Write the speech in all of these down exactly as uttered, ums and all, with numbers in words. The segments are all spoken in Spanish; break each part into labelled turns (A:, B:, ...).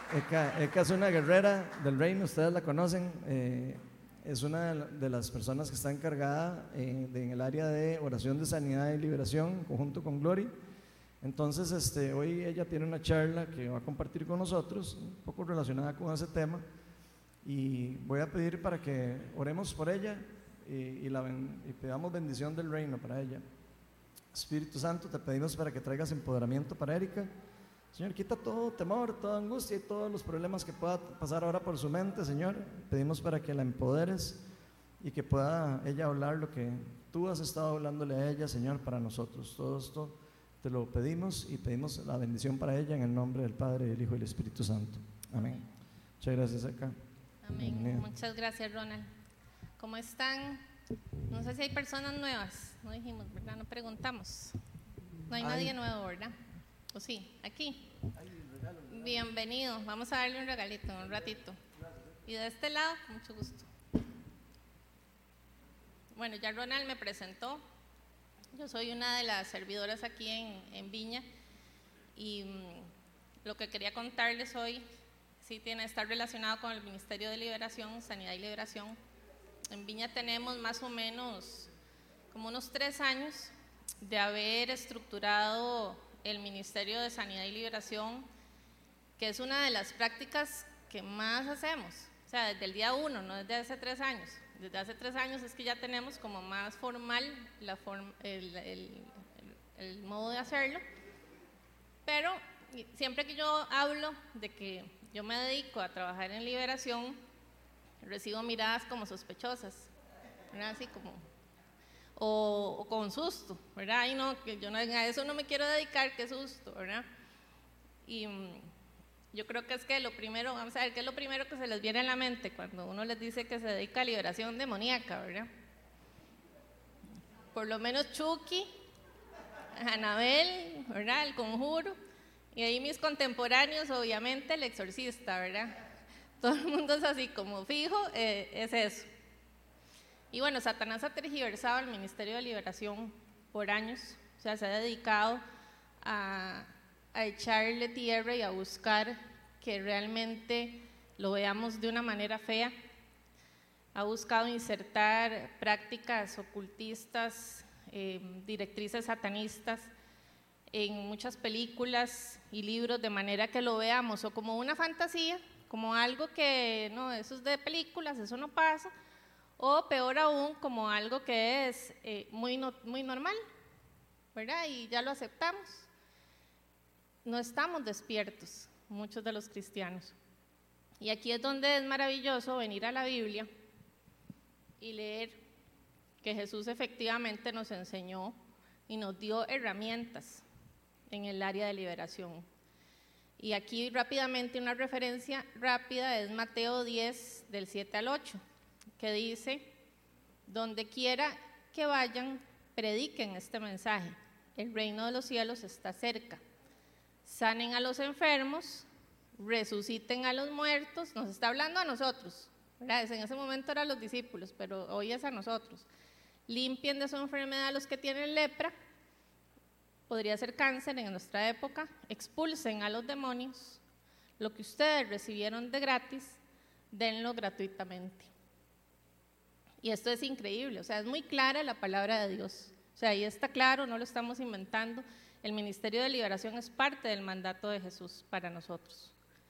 A: Eka, Eka es una guerrera del reino, ustedes la conocen, eh, es una de las personas que está encargada eh, de, en el área de oración de sanidad y liberación, en conjunto con Glory. Entonces, este, hoy ella tiene una charla que va a compartir con nosotros, un poco relacionada con ese tema, y voy a pedir para que oremos por ella y, y, la, y pedamos bendición del reino para ella. Espíritu Santo, te pedimos para que traigas empoderamiento para Erika. Señor, quita todo temor, toda angustia y todos los problemas que pueda pasar ahora por su mente, Señor. Pedimos para que la empoderes y que pueda ella hablar lo que tú has estado hablándole a ella, Señor, para nosotros. Todo esto te lo pedimos y pedimos la bendición para ella en el nombre del Padre, del Hijo y del Espíritu Santo. Amén. Muchas gracias, acá.
B: Amén. Bienvenida. Muchas gracias, Ronald. ¿Cómo están? No sé si hay personas nuevas. No dijimos, ¿verdad? No preguntamos. No hay Ay. nadie nuevo, ¿verdad? ¿O sí? Aquí. Bienvenido. Vamos a darle un regalito un ratito. Y de este lado, con mucho gusto. Bueno, ya Ronald me presentó. Yo soy una de las servidoras aquí en, en Viña. Y mmm, lo que quería contarles hoy sí tiene que estar relacionado con el Ministerio de Liberación, Sanidad y Liberación. En Viña tenemos más o menos como unos tres años de haber estructurado el Ministerio de Sanidad y Liberación, que es una de las prácticas que más hacemos, o sea, desde el día uno, no desde hace tres años. Desde hace tres años es que ya tenemos como más formal la form, el, el, el, el modo de hacerlo, pero siempre que yo hablo de que yo me dedico a trabajar en liberación, recibo miradas como sospechosas, ¿verdad? Así como... O, o con susto, ¿verdad? Ay, no, que yo no, a eso no me quiero dedicar, qué susto, ¿verdad? Y um, yo creo que es que lo primero, vamos a ver, ¿qué es lo primero que se les viene a la mente cuando uno les dice que se dedica a liberación demoníaca, ¿verdad? Por lo menos Chucky, Anabel, ¿verdad? El Conjuro, y ahí mis contemporáneos, obviamente, el Exorcista, ¿verdad? Todo el mundo es así como fijo, eh, es eso. Y bueno, Satanás ha tergiversado el Ministerio de Liberación por años, o sea, se ha dedicado a, a echarle tierra y a buscar que realmente lo veamos de una manera fea. Ha buscado insertar prácticas ocultistas, eh, directrices satanistas en muchas películas y libros, de manera que lo veamos o como una fantasía, como algo que, no, eso es de películas, eso no pasa, o peor aún, como algo que es eh, muy, no, muy normal, ¿verdad? Y ya lo aceptamos. No estamos despiertos, muchos de los cristianos. Y aquí es donde es maravilloso venir a la Biblia y leer que Jesús efectivamente nos enseñó y nos dio herramientas en el área de liberación. Y aquí rápidamente una referencia rápida es Mateo diez, del siete al ocho. Que dice, donde quiera que vayan, prediquen este mensaje, el reino de los cielos está cerca, sanen a los enfermos, resuciten a los muertos, nos está hablando a nosotros, ¿verdad? En ese momento eran los discípulos, pero hoy es a nosotros, limpien de su enfermedad a los que tienen lepra, podría ser cáncer en nuestra época, expulsen a los demonios, lo que ustedes recibieron de gratis, denlo gratuitamente. Y esto es increíble, o sea, es muy clara la palabra de Dios. O sea, ahí está claro, no lo estamos inventando. El Ministerio de Liberación es parte del mandato de Jesús para nosotros.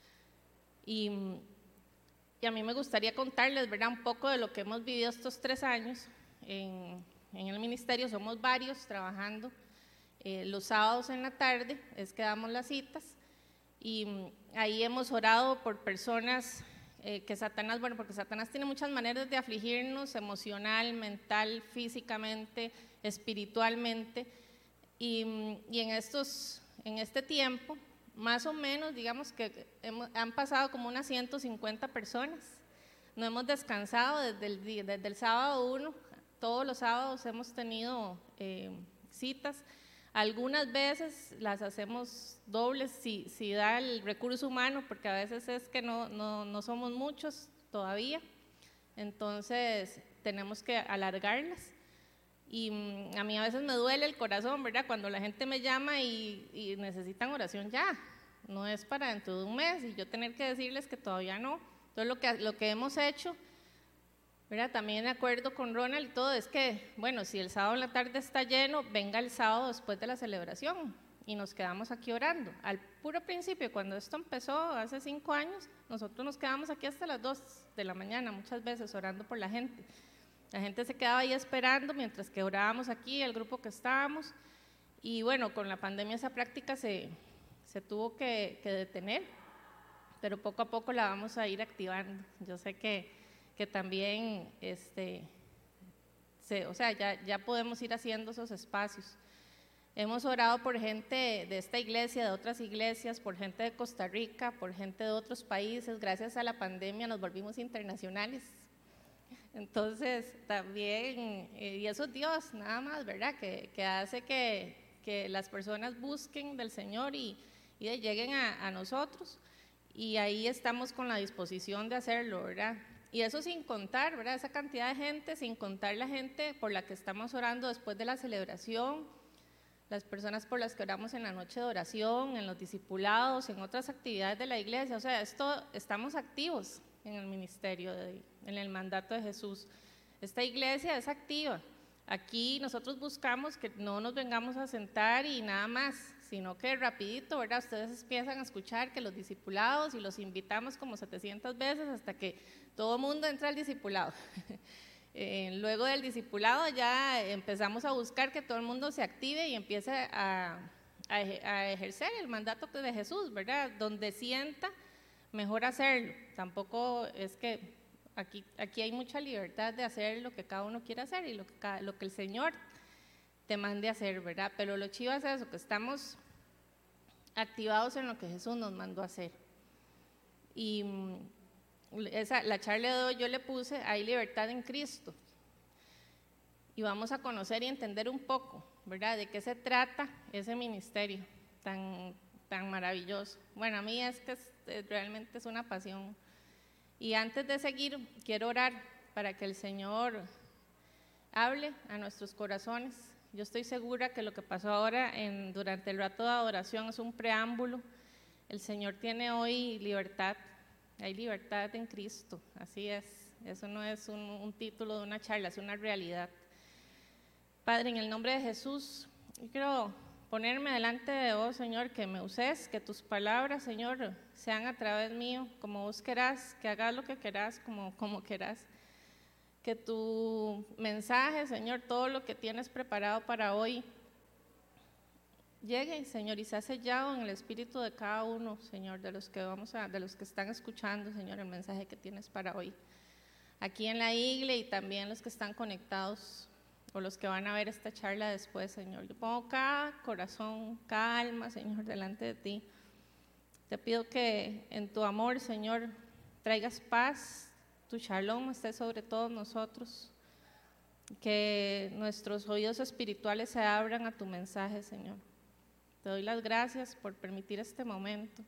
B: Y, y a mí me gustaría contarles, ¿verdad?, un poco de lo que hemos vivido estos tres años en, en el ministerio. Somos varios trabajando. Eh, los sábados en la tarde es que damos las citas. Y ahí hemos orado por personas... Eh, que Satanás, bueno, porque Satanás tiene muchas maneras de afligirnos emocional, mental, físicamente, espiritualmente, y, y en, estos, en este tiempo, más o menos, digamos que hemos, han pasado como unas ciento cincuenta personas, no hemos descansado desde el, día, desde el sábado uno, todos los sábados hemos tenido eh, citas. Algunas veces las hacemos dobles si, si da el recurso humano, porque a veces es que no, no, no somos muchos todavía, entonces tenemos que alargarlas. Y mm, a mí a veces me duele el corazón, ¿verdad? Cuando la gente me llama y, y necesitan oración ya, no es para dentro de un mes y yo tener que decirles que todavía no. Entonces lo que, lo que hemos hecho, ¿verdad? También de acuerdo con Ronald y todo, es que, bueno, si el sábado en la tarde está lleno, venga el sábado después de la celebración y nos quedamos aquí orando. Al puro principio, cuando esto empezó hace cinco años, nosotros nos quedamos aquí hasta las dos de la mañana, muchas veces orando por la gente. La gente se quedaba ahí esperando mientras que orábamos aquí, el grupo que estábamos, y bueno, con la pandemia esa práctica se, se tuvo que, que detener, pero poco a poco la vamos a ir activando. Yo sé que, que también, este, se, o sea, ya, ya podemos ir haciendo esos espacios. Hemos orado por gente de esta iglesia, de otras iglesias, por gente de Costa Rica, por gente de otros países. Gracias a la pandemia nos volvimos internacionales. Entonces, también, eh, y eso es Dios, nada más, ¿verdad? Que, que hace que, que las personas busquen del Señor y, y lleguen a, a nosotros. Y ahí estamos con la disposición de hacerlo, ¿verdad? Y eso sin contar, ¿verdad? Esa cantidad de gente, sin contar la gente por la que estamos orando después de la celebración, las personas por las que oramos en la noche de oración, en los discipulados, en otras actividades de la iglesia. O sea, esto, estamos activos en el ministerio, de, en el mandato de Jesús. Esta iglesia es activa. Aquí nosotros buscamos que no nos vengamos a sentar y nada más, sino que rapidito, ¿verdad? Ustedes empiezan a escuchar que los discipulados, y los invitamos como setecientas veces hasta que todo el mundo entra al discipulado. Eh, luego del discipulado ya empezamos a buscar que todo el mundo se active y empiece a, a, a ejercer el mandato de Jesús, ¿verdad? Donde sienta, mejor hacerlo. Tampoco es que aquí, aquí hay mucha libertad de hacer lo que cada uno quiere hacer y lo que, cada, lo que el Señor te mande a hacer, ¿verdad? Pero lo chivo es eso, que estamos activados en lo que Jesús nos mandó a hacer. Y esa, la charla de hoy yo le puse, hay libertad en Cristo. Y vamos a conocer y entender un poco, ¿verdad? De qué se trata ese ministerio tan, tan maravilloso. Bueno, a mí es que es, es, realmente es una pasión. Y antes de seguir, quiero orar para que el Señor hable a nuestros corazones. Yo estoy segura que lo que pasó ahora en, durante el rato de adoración es un preámbulo. El Señor tiene hoy libertad. Hay libertad en Cristo, así es. Eso no es un, un título de una charla, es una realidad. Padre, en el nombre de Jesús, yo quiero ponerme delante de vos, Señor, que me uses, que tus palabras, Señor, sean a través mío, como vos querás, que hagas lo que querás, como, como querás. Que tu mensaje, Señor, todo lo que tienes preparado para hoy, llegue, Señor, y se ha sellado en el espíritu de cada uno, Señor, de los que vamos a, de los que están escuchando, Señor, el mensaje que tienes para hoy. Aquí en la iglesia y también los que están conectados o los que van a ver esta charla después, Señor. Yo pongo cada corazón, cada alma, Señor, delante de ti. Te pido que en tu amor, Señor, traigas paz, tu shalom esté sobre todos nosotros, que nuestros oídos espirituales se abran a tu mensaje, Señor. Te doy las gracias por permitir este momento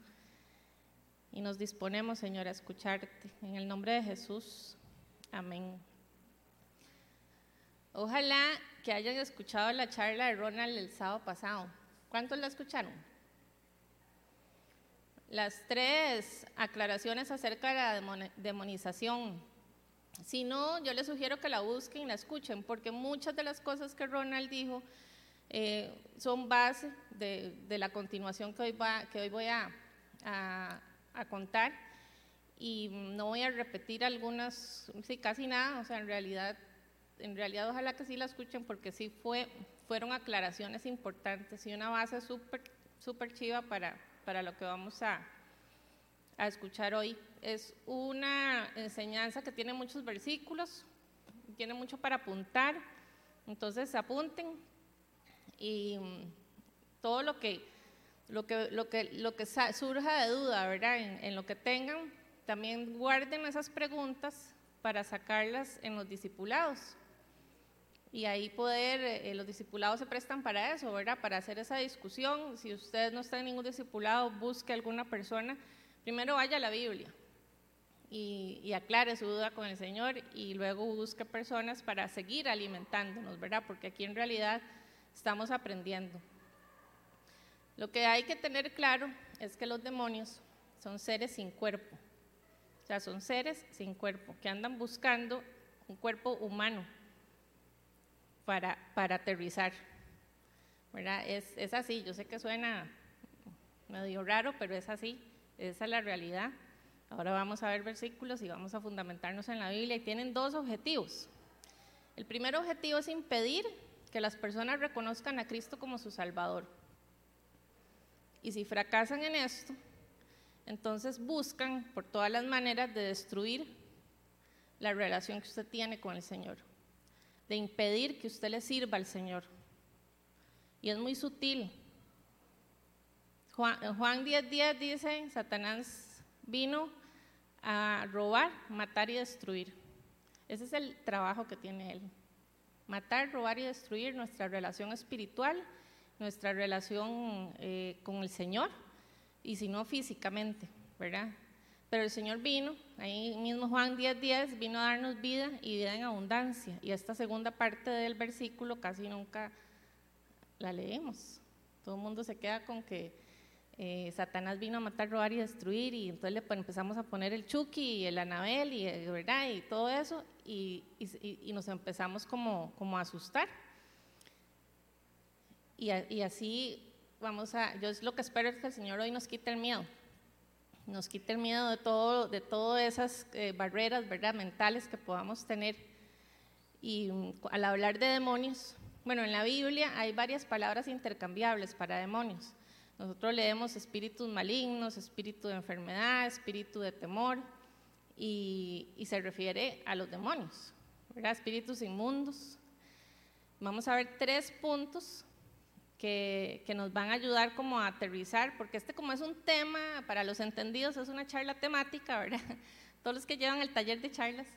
B: y nos disponemos, Señor, a escucharte. En el nombre de Jesús, amén. Ojalá que hayan escuchado la charla de Ronald el sábado pasado. ¿Cuántos la escucharon? Las tres aclaraciones acerca de la demonización. Si no, yo les sugiero que la busquen y la escuchen, porque muchas de las cosas que Ronald dijo Eh, son base de, de la continuación que hoy, va, que hoy voy a, a, a contar, y no voy a repetir algunas, sí, casi nada. O sea, en realidad, en realidad ojalá que sí la escuchen, porque sí fue, fueron aclaraciones importantes y una base súper súper chiva para, para lo que vamos a, a escuchar hoy. Es una enseñanza que tiene muchos versículos, tiene mucho para apuntar, entonces apunten. Y todo lo que, lo que, lo que, lo que surja de duda, ¿verdad? En, en lo que tengan, también guarden esas preguntas para sacarlas en los discipulados. Y ahí poder, eh, los discipulados se prestan para eso, ¿verdad? Para hacer esa discusión. Si usted no está en ningún discipulado, busque a alguna persona. Primero vaya a la Biblia y, y aclare su duda con el Señor, y luego busque personas para seguir alimentándonos, ¿verdad? Porque aquí en realidad estamos aprendiendo. Lo que hay que tener claro es que los demonios son seres sin cuerpo. O sea, son seres sin cuerpo, que andan buscando un cuerpo humano para, para aterrizar, ¿verdad? Es, es así, yo sé que suena medio raro, pero es así, esa es la realidad. Ahora vamos a ver versículos y vamos a fundamentarnos en la Biblia, y tienen dos objetivos. El primer objetivo es impedir que las personas reconozcan a Cristo como su Salvador. Y si fracasan en esto, entonces buscan por todas las maneras de destruir la relación que usted tiene con el Señor, de impedir que usted le sirva al Señor. Y es muy sutil. Juan, Juan diez diez dice, Satanás vino a robar, matar y destruir. Ese es el trabajo que tiene él. Matar, robar y destruir nuestra relación espiritual, nuestra relación eh, con el Señor, y si no físicamente, ¿verdad? Pero el Señor vino, ahí mismo Juan diez diez, vino a darnos vida y vida en abundancia. Y esta segunda parte del versículo casi nunca la leemos. Todo el mundo se queda con que eh, Satanás vino a matar, robar y destruir, y entonces le pues, empezamos a poner el Chucky y el Anabel y, ¿verdad? Y todo eso, y, y, y nos empezamos como, como a asustar. Y, a, y así vamos a, yo es lo que espero es que el Señor hoy nos quite el miedo, nos quite el miedo de todo, de todas esas eh, barreras, ¿verdad? Mentales que podamos tener. Y um, al hablar de demonios, bueno, en la Biblia hay varias palabras intercambiables para demonios. Nosotros leemos espíritus malignos, espíritu de enfermedad, espíritu de temor, y, y se refiere a los demonios, ¿verdad? Espíritus inmundos. Vamos a ver tres puntos que, que nos van a ayudar como a aterrizar, porque este como es un tema, para los entendidos es una charla temática, ¿verdad? Todos los que llevan el taller de charlas,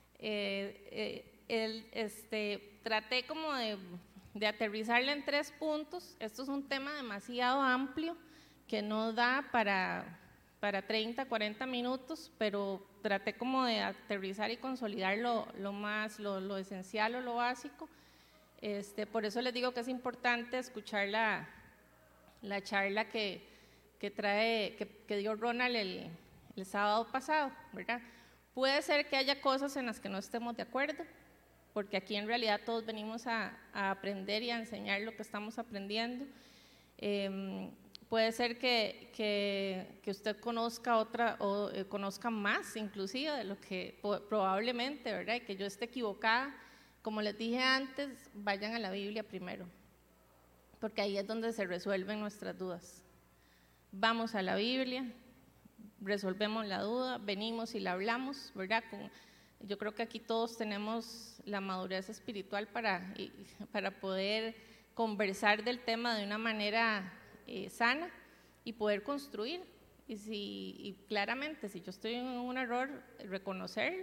B: eh, eh, el, este, traté como de... de aterrizarla en tres puntos. Esto es un tema demasiado amplio que no da para, para treinta, cuarenta minutos, pero traté como de aterrizar y consolidar lo, lo más, lo, lo esencial o lo básico. Este, por eso les digo que es importante escuchar la, la charla que, que, trae, que, que dio Ronald el, el sábado pasado, ¿verdad? Puede ser que haya cosas en las que no estemos de acuerdo, porque aquí en realidad todos venimos a, a aprender y a enseñar lo que estamos aprendiendo. Eh, puede ser que, que, que usted conozca otra, o eh, conozca más inclusive de lo que probablemente, ¿verdad? Y que yo esté equivocada. Como les dije antes, vayan a la Biblia primero, porque ahí es donde se resuelven nuestras dudas. Vamos a la Biblia, resolvemos la duda, venimos y la hablamos, ¿verdad? Con, yo creo que aquí todos tenemos la madurez espiritual para, para poder conversar del tema de una manera eh, sana y poder construir. Y, si, y claramente, si yo estoy en un error, reconocerlo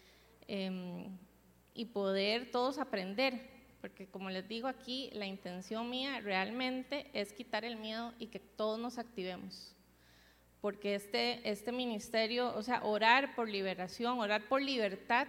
B: eh, y poder todos aprender. Porque como les digo aquí, la intención mía realmente es quitar el miedo y que todos nos activemos. Porque este, este ministerio, o sea, orar por liberación, orar por libertad,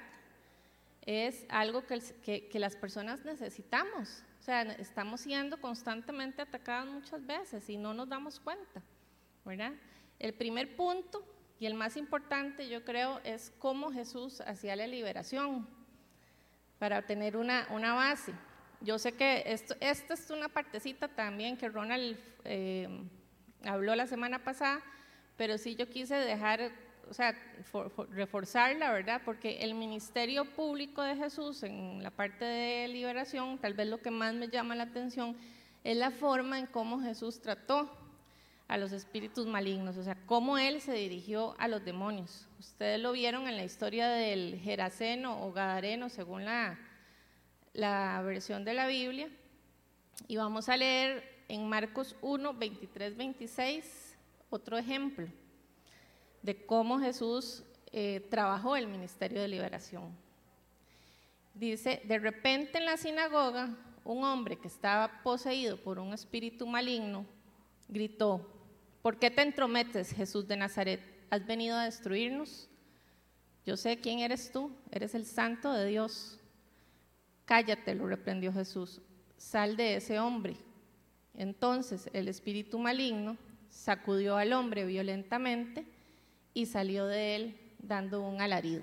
B: es algo que, que, que las personas necesitamos. O sea, estamos siendo constantemente atacadas muchas veces y no nos damos cuenta, ¿verdad? El primer punto y el más importante, yo creo, es cómo Jesús hacía la liberación, para tener una, una base. Yo sé que esto, esta es una partecita también que Ronald eh, habló la semana pasada, pero sí yo quise dejar, o sea, for, for, reforzarla, ¿verdad? Porque el ministerio público de Jesús en la parte de liberación, tal vez lo que más me llama la atención es la forma en cómo Jesús trató a los espíritus malignos, o sea, cómo él se dirigió a los demonios. Ustedes lo vieron en la historia del Geraseno o Gadareno, según la, la versión de la Biblia, y vamos a leer en Marcos uno, veintitrés, veintiséis, otro ejemplo de cómo Jesús eh, trabajó el ministerio de liberación. Dice, de repente en la sinagoga, un hombre que estaba poseído por un espíritu maligno gritó: ¿por qué te entrometes, Jesús de Nazaret? ¿Has venido a destruirnos? Yo sé quién eres tú, eres el Santo de Dios. Cállate, lo reprendió Jesús, sal de ese hombre. Entonces el espíritu maligno sacudió al hombre violentamente y salió de él dando un alarido.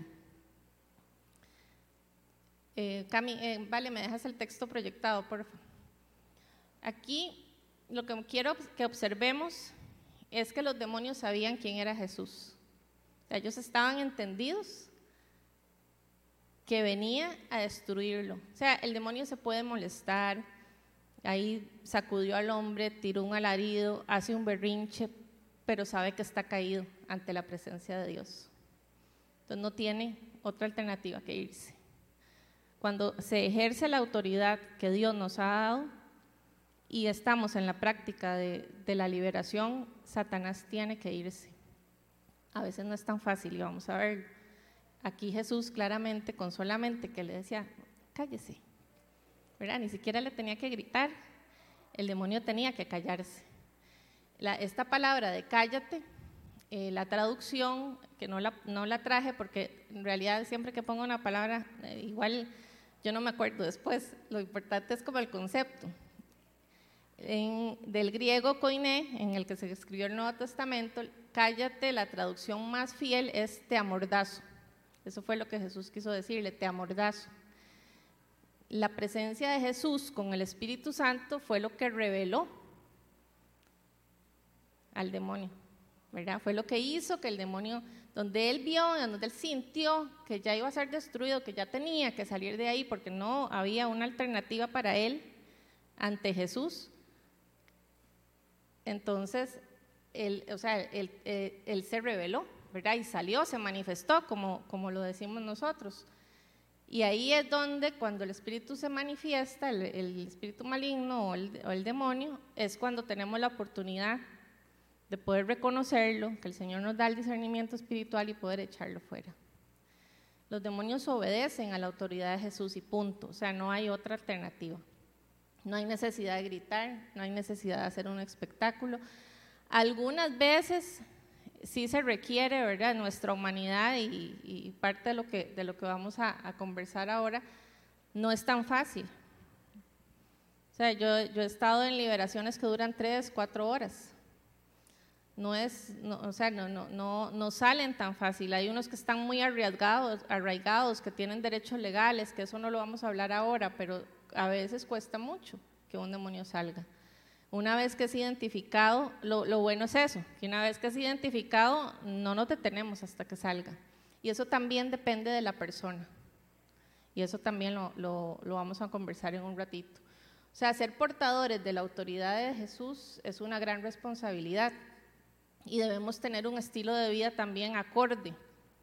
B: Eh, Cami, eh, vale, me dejas el texto proyectado, por favor. Aquí lo que quiero que observemos es que los demonios sabían quién era Jesús. O sea, ellos estaban entendidos que venía a destruirlo. O sea, el demonio se puede molestar, ahí sacudió al hombre, tiró un alarido, hace un berrinche, pero sabe que está caído ante la presencia de Dios. Entonces no tiene otra alternativa que irse. Cuando se ejerce la autoridad que Dios nos ha dado y estamos en la práctica de, de la liberación, Satanás tiene que irse. A veces no es tan fácil y vamos a ver. Aquí Jesús claramente, con solamente que le decía, cállese, ¿verdad? Ni siquiera le tenía que gritar, el demonio tenía que callarse. La, esta palabra de cállate, eh, la traducción, que no la, no la traje porque en realidad siempre que pongo una palabra, eh, igual yo no me acuerdo después, lo importante es como el concepto. En, del griego koiné, en el que se escribió el Nuevo Testamento, cállate, la traducción más fiel es te amordazo. Eso fue lo que Jesús quiso decirle, te amordazo. La presencia de Jesús con el Espíritu Santo fue lo que reveló al demonio, ¿verdad? Fue lo que hizo que el demonio, donde él vio, donde él sintió que ya iba a ser destruido, que ya tenía que salir de ahí porque no había una alternativa para él ante Jesús. Entonces, él, o sea, él, él, él se reveló, ¿verdad? Y salió, se manifestó, como, como lo decimos nosotros. Y ahí es donde, cuando el espíritu se manifiesta, el, el espíritu maligno o el, o el demonio, es cuando tenemos la oportunidad de poder reconocerlo, que el Señor nos da el discernimiento espiritual y poder echarlo fuera. Los demonios obedecen a la autoridad de Jesús y punto, o sea, no hay otra alternativa. No hay necesidad de gritar, no hay necesidad de hacer un espectáculo. Algunas veces sí se requiere, ¿verdad?, nuestra humanidad y, y parte de lo que, de lo que vamos a, a conversar ahora, no es tan fácil. O sea, yo, yo he estado en liberaciones que duran tres, cuatro horas. No es, no, o sea, no, no, no, no salen tan fácil. Hay unos que están muy arraigados, arraigados, que tienen derechos legales, que eso no lo vamos a hablar ahora, pero a veces cuesta mucho que un demonio salga. Una vez que es identificado, lo, lo bueno es eso, que una vez que es identificado, no nos detenemos hasta que salga. Y eso también depende de la persona. Y eso también lo, lo, lo vamos a conversar en un ratito. O sea, ser portadores de la autoridad de Jesús es una gran responsabilidad. Y debemos tener un estilo de vida también acorde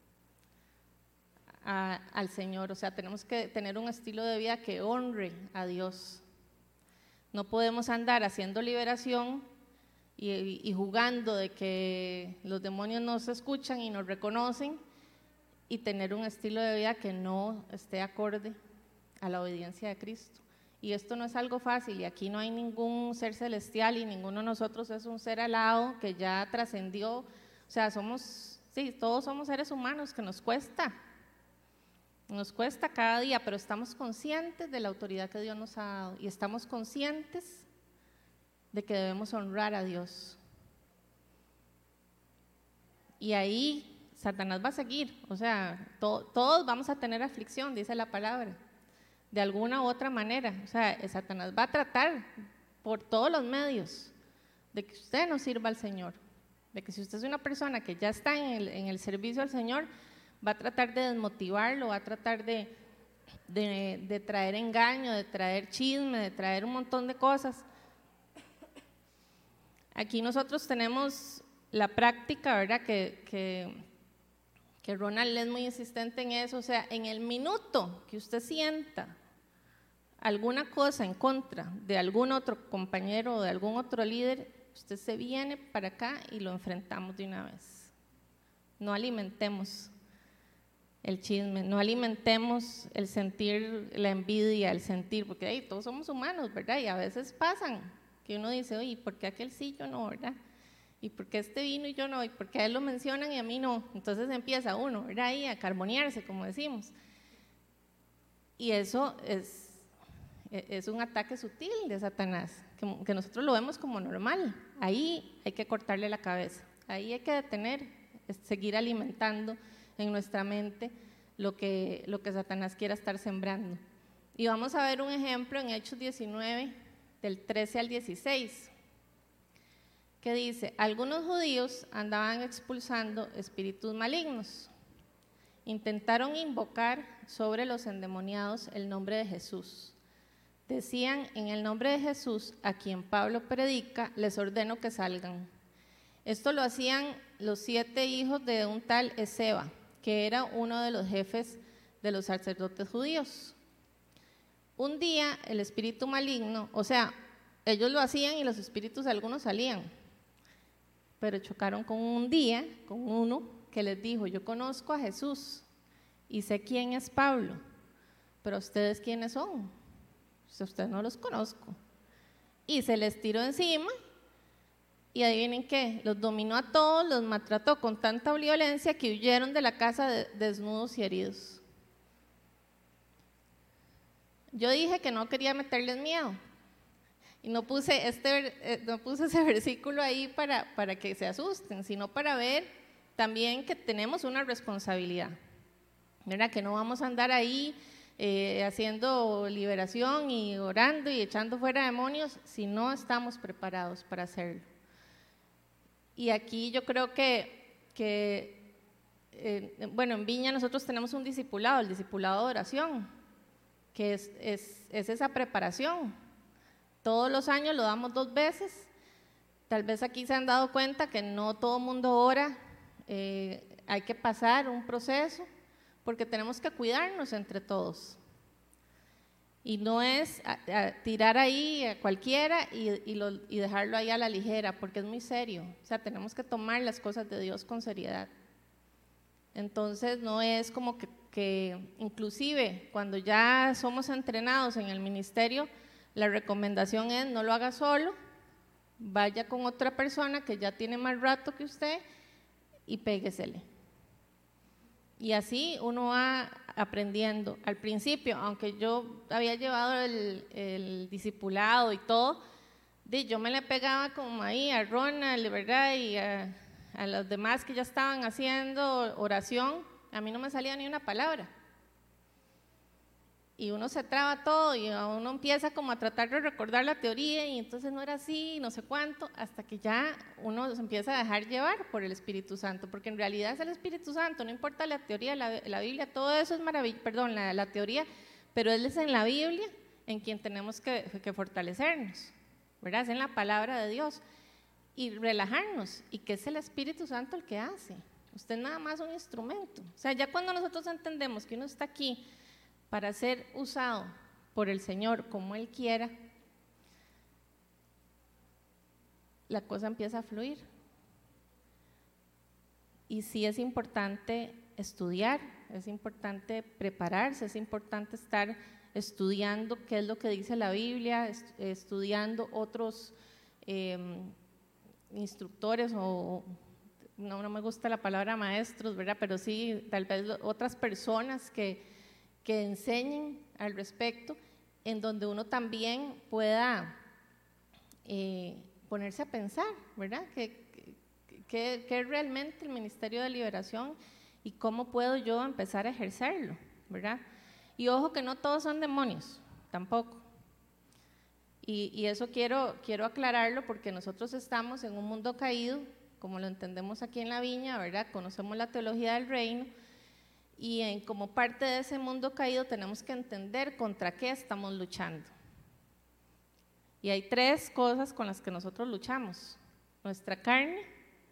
B: a, al Señor. O sea, tenemos que tener un estilo de vida que honre a Dios. No podemos andar haciendo liberación y, y jugando de que los demonios nos escuchan y nos reconocen y tener un estilo de vida que no esté acorde a la obediencia de Cristo. Y esto no es algo fácil y aquí no hay ningún ser celestial y ninguno de nosotros es un ser alado que ya trascendió. O sea, somos, sí, todos somos seres humanos que nos cuesta. Nos cuesta cada día, pero estamos conscientes de la autoridad que Dios nos ha dado y estamos conscientes de que debemos honrar a Dios. Y ahí Satanás va a seguir, o sea, to, todos vamos a tener aflicción, dice la palabra, de alguna u otra manera. O sea, Satanás va a tratar por todos los medios de que usted no sirva al Señor, de que si usted es una persona que ya está en el, en el servicio al Señor, va a tratar de desmotivarlo, va a tratar de, de, de traer engaño, de traer chisme, de traer un montón de cosas. Aquí nosotros tenemos la práctica, ¿verdad?, que, que, que Ronald es muy insistente en eso. O sea, en el minuto que usted sienta alguna cosa en contra de algún otro compañero o de algún otro líder, usted se viene para acá y lo enfrentamos de una vez. No alimentemos el chisme, no alimentemos el sentir la envidia, el sentir, porque hey, todos somos humanos, ¿verdad? Y a veces pasan que uno dice, oye, ¿por qué aquel sí, yo no, verdad? ¿Y por qué este vino y yo no? ¿Y por qué a él lo mencionan y a mí no? Entonces empieza uno, ¿verdad? Ahí a carbonearse, como decimos. Y eso es, es un ataque sutil de Satanás, que, que nosotros lo vemos como normal. Ahí hay que cortarle la cabeza, ahí hay que detener, seguir alimentando en nuestra mente lo que, lo que Satanás quiera estar sembrando. Y vamos a ver un ejemplo en Hechos diecinueve, del trece al dieciséis, que dice: algunos judíos andaban expulsando espíritus malignos. Intentaron invocar sobre los endemoniados el nombre de Jesús. Decían: en el nombre de Jesús, a quien Pablo predica, les ordeno que salgan. Esto lo hacían los siete hijos de un tal Esceva, que era uno de los jefes de los sacerdotes judíos. Un día el espíritu maligno, o sea, ellos lo hacían y los espíritus algunos salían, pero chocaron con un día, con uno que les dijo: yo conozco a Jesús y sé quién es Pablo, pero ustedes quiénes son, si ustedes no los conozco. Y se les tiró encima y adivinen qué, los dominó a todos, los maltrató con tanta violencia que huyeron de la casa de, desnudos y heridos. Yo dije que no quería meterles miedo y no puse, este, eh, no puse ese versículo ahí para, para que se asusten, sino para ver también que tenemos una responsabilidad, ¿verdad? Que no vamos a andar ahí eh, haciendo liberación y orando y echando fuera demonios si no estamos preparados para hacerlo. Y aquí yo creo que, que eh, bueno, en Viña nosotros tenemos un discipulado, el discipulado de oración, que es, es, es esa preparación. Todos los años lo damos dos veces. Tal vez aquí se han dado cuenta que no todo el mundo ora, eh, hay que pasar un proceso, porque tenemos que cuidarnos entre todos. Y no es a, a tirar ahí a cualquiera y, y, lo, y dejarlo ahí a la ligera, porque es muy serio. O sea, tenemos que tomar las cosas de Dios con seriedad. Entonces no es como que, que inclusive cuando ya somos entrenados en el ministerio, la recomendación es: no lo haga solo, vaya con otra persona que ya tiene más rato que usted y péguesele. Y así uno va aprendiendo. Al principio, aunque yo había llevado el, el discipulado y todo, yo me le pegaba como ahí a Ronald, ¿verdad? Y a, a los demás que ya estaban haciendo oración, a mí no me salía ni una palabra. Y uno se traba todo y uno empieza como a tratar de recordar la teoría y entonces no era así, no sé cuánto, hasta que ya uno se empieza a dejar llevar por el Espíritu Santo, porque en realidad es el Espíritu Santo, no importa la teoría, la, la Biblia, todo eso es maravilloso, perdón, la, la teoría, pero Él es en la Biblia en quien tenemos que, que fortalecernos, ¿verdad? Es en la palabra de Dios y relajarnos, y que es el Espíritu Santo el que hace, usted nada más un instrumento. O sea, ya cuando nosotros entendemos que uno está aquí para ser usado por el Señor como Él quiera, la cosa empieza a fluir. Y sí es importante estudiar, es importante prepararse, es importante estar estudiando qué es lo que dice la Biblia, est estudiando otros eh, instructores o, no, no me gusta la palabra maestros, ¿verdad? Pero sí, tal vez otras personas que que enseñen al respecto, en donde uno también pueda eh, ponerse a pensar, ¿verdad? ¿Qué, qué, qué es realmente el Ministerio de Liberación y cómo puedo yo empezar a ejercerlo, ¿verdad? Y ojo que no todos son demonios, tampoco. Y, y eso quiero, quiero aclararlo, porque nosotros estamos en un mundo caído, como lo entendemos aquí en la Viña, ¿verdad? Conocemos la teología del reino, y en, como parte de ese mundo caído tenemos que entender contra qué estamos luchando. Y hay tres cosas con las que nosotros luchamos: nuestra carne.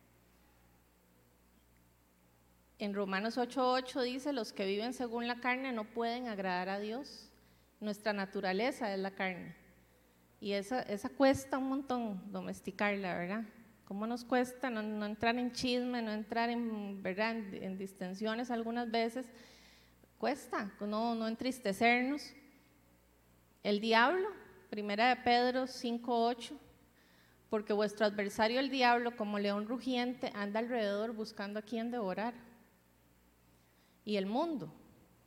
B: En Romanos ocho ocho dice: los que viven según la carne no pueden agradar a Dios. Nuestra naturaleza es la carne, y esa, esa cuesta un montón domesticarla, ¿verdad? ¿Cómo nos cuesta no, no entrar en chisme, no entrar en, ¿verdad? en, en distensiones algunas veces? Cuesta no, no entristecernos. El diablo, primera de Pedro cinco ocho, porque vuestro adversario el diablo, como león rugiente, anda alrededor buscando a quien devorar. Y el mundo,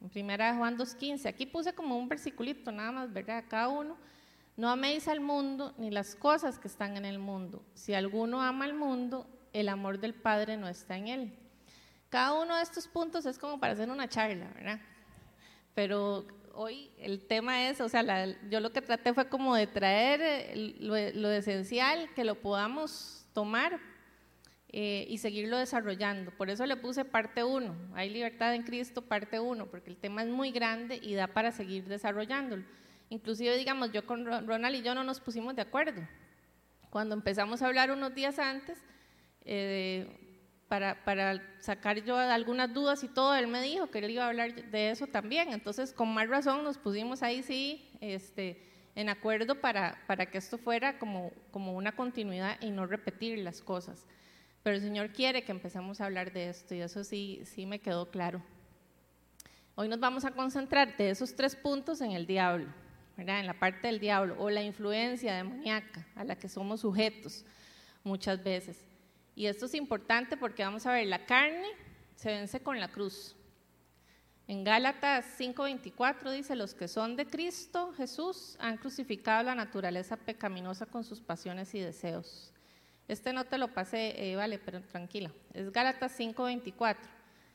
B: En primera de Juan dos quince, aquí puse como un versiculito nada más, ¿verdad? Cada uno, no améis al mundo ni las cosas que están en el mundo. Si alguno ama al mundo, el amor del Padre no está en él. Cada uno de estos puntos es como para hacer una charla, ¿verdad? Pero hoy el tema es, o sea, la, yo lo que traté fue como de traer lo, lo esencial, que lo podamos tomar eh, y seguirlo desarrollando. Por eso le puse parte uno, hay libertad en Cristo, parte uno, porque el tema es muy grande y da para seguir desarrollándolo. Inclusive, digamos, yo con Ronald y yo no nos pusimos de acuerdo. Cuando empezamos a hablar unos días antes, eh, para, para sacar yo algunas dudas y todo, él me dijo que él iba a hablar de eso también. Entonces, con más razón, nos pusimos ahí sí este, en acuerdo para, para que esto fuera como, como una continuidad y no repetir las cosas. Pero el Señor quiere que empecemos a hablar de esto y eso sí, sí me quedó claro. Hoy nos vamos a concentrar de esos tres puntos en el diablo, ¿verdad? En la parte del diablo o la influencia demoníaca a la que somos sujetos muchas veces. Y esto es importante porque vamos a ver, la carne se vence con la cruz. En Gálatas cinco veinticuatro dice, los que son de Cristo Jesús han crucificado la naturaleza pecaminosa con sus pasiones y deseos. Este no te lo pasé, eh, vale, pero tranquila. Es Gálatas cinco veinticuatro,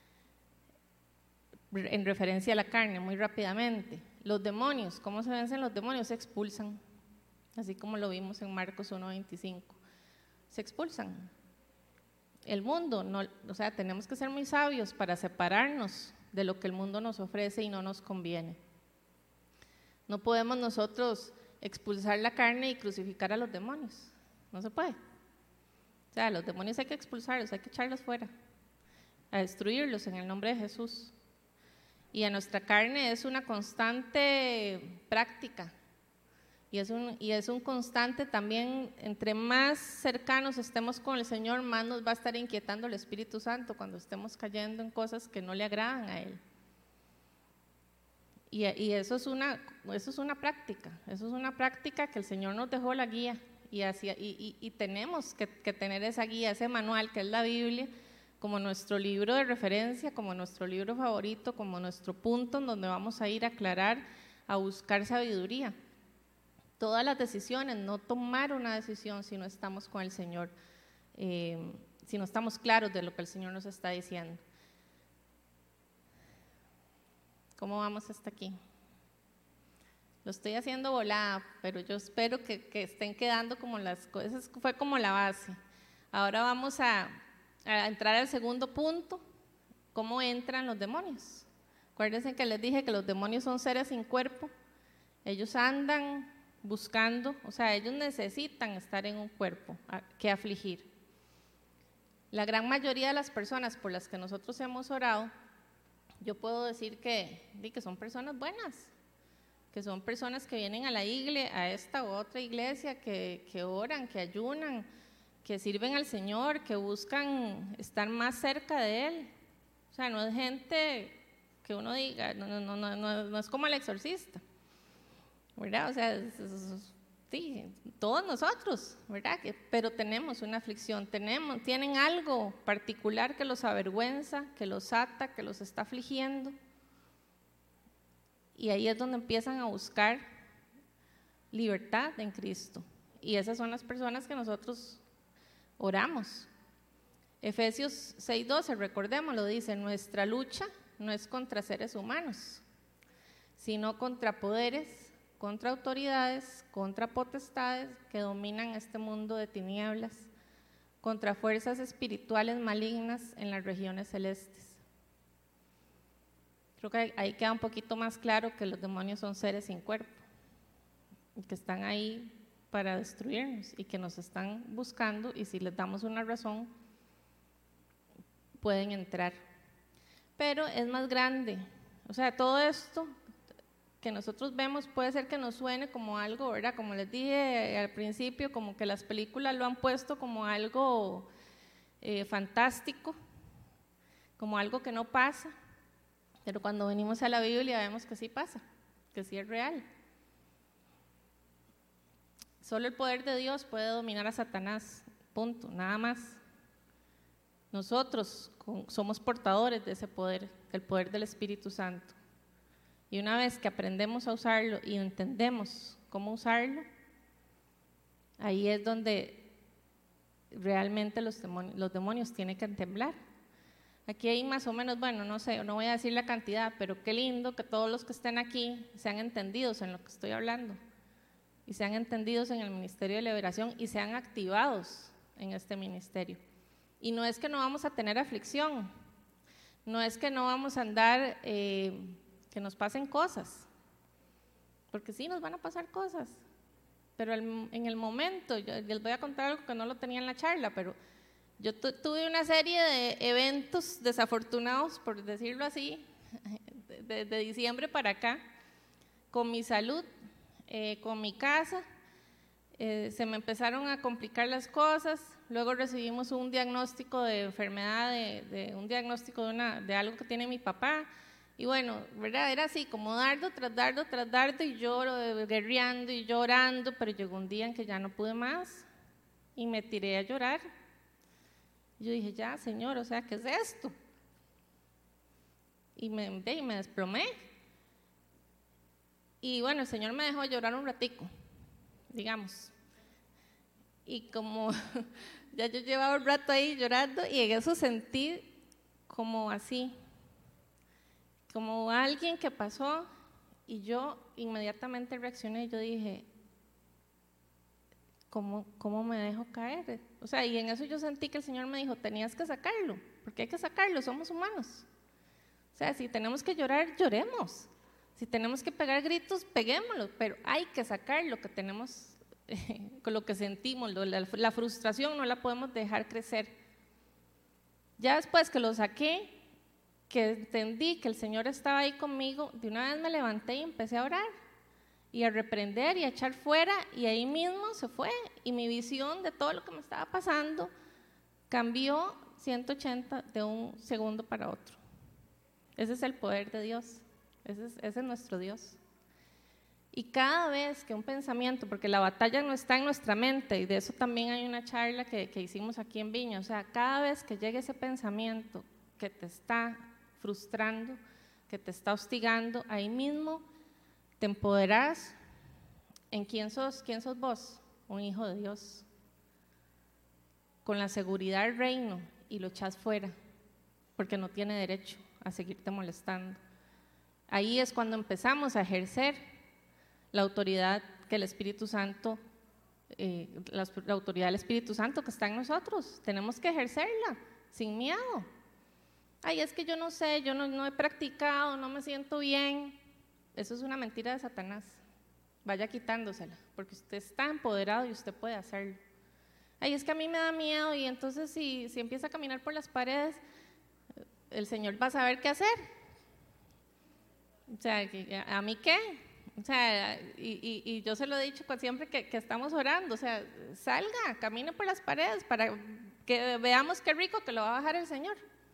B: en referencia a la carne, muy rápidamente. Los demonios, ¿cómo se vencen los demonios? Se expulsan, así como lo vimos en Marcos uno veinticinco. Se expulsan. El mundo, no, o sea, tenemos que ser muy sabios para separarnos de lo que el mundo nos ofrece y no nos conviene. No podemos nosotros expulsar la carne y crucificar a los demonios, no se puede. O sea, los demonios hay que expulsarlos, hay que echarlos fuera, a destruirlos en el nombre de Jesús. Y a nuestra carne es una constante práctica. Y es, un, y es un constante también, entre más cercanos estemos con el Señor, más nos va a estar inquietando el Espíritu Santo cuando estemos cayendo en cosas que no le agradan a Él. Y, y eso, es una, eso es una práctica, eso es una práctica que el Señor nos dejó la guía y, hacia, y, y, y tenemos que, que tener esa guía, ese manual que es la Biblia, como nuestro libro de referencia, como nuestro libro favorito, como nuestro punto en donde vamos a ir a aclarar, a buscar sabiduría. Todas las decisiones, no tomar una decisión si no estamos con el Señor, eh, si no estamos claros de lo que el Señor nos está diciendo. ¿Cómo vamos hasta aquí? Lo estoy haciendo volada, pero yo espero que, que estén quedando como las cosas, fue como la base. Ahora vamos a, a entrar al segundo punto, ¿cómo entran los demonios? Acuérdense que les dije que los demonios son seres sin cuerpo, ellos andan buscando, o sea, ellos necesitan estar en un cuerpo que afligir. La gran mayoría de las personas por las que nosotros hemos orado, yo puedo decir que, que son personas buenas, que son personas que vienen a la iglesia, a esta u otra iglesia, que, que oran, que ayunan, que sirven al Señor, que buscan estar más cerca de Él. O sea, no es gente que uno diga, no, no, no, no, no es como el exorcista, ¿verdad? O sea, es, es, sí, todos nosotros, ¿verdad? Que, pero tenemos una aflicción, tenemos, tienen algo particular que los avergüenza, que los ata, que los está afligiendo. Y ahí es donde empiezan a buscar libertad en Cristo. Y esas son las personas que nosotros oramos. Efesios seis doce, recordémoslo, dice, nuestra lucha no es contra seres humanos, sino contra poderes, contra autoridades, contra potestades que dominan este mundo de tinieblas, contra fuerzas espirituales malignas en las regiones celestes. Creo que ahí queda un poquito más claro que los demonios son seres sin cuerpo, y que están ahí para destruirnos y que nos están buscando, y si les damos una razón, pueden entrar. Pero es más grande, o sea, todo esto que nosotros vemos puede ser que nos suene como algo, ¿verdad? Como les dije al principio, como que las películas lo han puesto como algo eh, fantástico, como algo que no pasa, pero cuando venimos a la Biblia vemos que sí pasa, que sí es real. Solo el poder de Dios puede dominar a Satanás, punto, nada más. Nosotros somos portadores de ese poder, del poder del Espíritu Santo. Y una vez que aprendemos a usarlo y entendemos cómo usarlo, ahí es donde realmente los demonios, los demonios tienen que temblar. Aquí hay más o menos, bueno, no sé, no voy a decir la cantidad, pero qué lindo que todos los que estén aquí sean entendidos en lo que estoy hablando, y sean entendidos en el Ministerio de Liberación y sean activados en este ministerio. Y no es que no vamos a tener aflicción, no es que no vamos a andar, eh, que nos pasen cosas, porque sí nos van a pasar cosas, pero el, en el momento, yo les voy a contar algo que no lo tenía en la charla, pero yo tu, tuve una serie de eventos desafortunados, por decirlo así, de, de, de diciembre para acá, con mi salud, eh, con mi casa, eh, se me empezaron a complicar las cosas. Luego recibimos un diagnóstico de enfermedad, de, de un diagnóstico de, una, de algo que tiene mi papá. Y bueno, ¿verdad? Era así, como dardo tras dardo tras dardo, y yo guerreando y llorando, pero llegó un día en que ya no pude más y me tiré a llorar. Yo dije, ya, Señor, o sea, ¿qué es esto? Y me, y me desplomé. Y bueno, el Señor me dejó llorar un ratico, digamos. Y como ya yo llevaba un rato ahí llorando, y en eso sentí como así, como alguien que pasó, y yo inmediatamente reaccioné, y yo dije, ¿cómo, cómo me dejo caer? O sea, y en eso yo sentí que el Señor me dijo, tenías que sacarlo, porque hay que sacarlo, somos humanos. O sea, si tenemos que llorar, lloremos. Si tenemos que pegar gritos, peguémoslo, pero hay que sacar lo que tenemos, eh, con lo que sentimos, lo, la, la frustración no la podemos dejar crecer. Ya después que lo saqué, que entendí que el Señor estaba ahí conmigo, de una vez me levanté y empecé a orar, y a reprender y a echar fuera, y ahí mismo se fue, y mi visión de todo lo que me estaba pasando cambió ciento ochenta de un segundo para otro. Ese es el poder de Dios. Ese es, ese es nuestro Dios. Y cada vez que un pensamiento, porque la batalla no está en nuestra mente, y de eso también hay una charla que, que hicimos aquí en Viña, o sea, cada vez que llegue ese pensamiento que te está frustrando, que te está hostigando, ahí mismo te empoderás en quién sos, quién sos vos, un hijo de Dios, con la seguridad del reino, y lo echás fuera, porque no tiene derecho a seguirte molestando. Ahí es cuando empezamos a ejercer la autoridad que el Espíritu Santo, eh, la, la autoridad del Espíritu Santo que está en nosotros. Tenemos que ejercerla sin miedo. Ay, es que yo no sé, yo no, no he practicado, no me siento bien. Eso es una mentira de Satanás. Vaya quitándosela, porque usted está empoderado y usted puede hacerlo. Ay, es que a mí me da miedo, y entonces si, si empieza a caminar por las paredes, el Señor va a saber qué hacer. O sea, ¿a mí qué? O sea, y, y, y yo se lo he dicho siempre que, que estamos orando, o sea, salga, camine por las paredes para que veamos qué rico que lo va a bajar el Señor.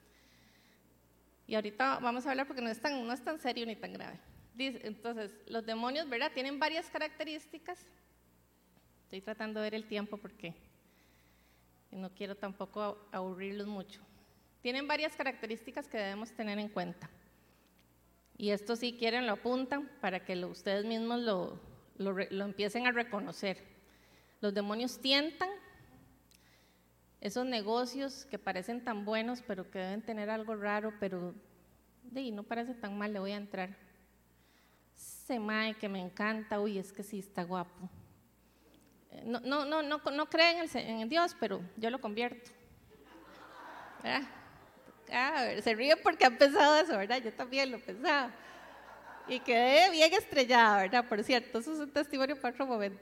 B: Y ahorita vamos a hablar porque no es tan, no es tan serio ni tan grave. Dice, entonces, los demonios, ¿verdad? Tienen varias características. Estoy tratando de ver el tiempo porque no quiero tampoco aburrirlos mucho. Tienen varias características que debemos tener en cuenta. Y esto, si quieren, lo apuntan para que lo, ustedes mismos lo, lo, lo empiecen a reconocer. Los demonios tientan esos negocios que parecen tan buenos, pero que deben tener algo raro, pero de, no parece tan mal, le voy a entrar. Ese mae que me encanta, uy, es que sí está guapo. No, no, no, no, no creen en, el, en Dios, pero yo lo convierto. ¿Verdad? Ah, a ver, se ríe porque ha pensado eso, ¿verdad? Yo también lo pensaba. Y quedé bien estrellada, ¿verdad? Por cierto, eso es un testimonio para otro momento.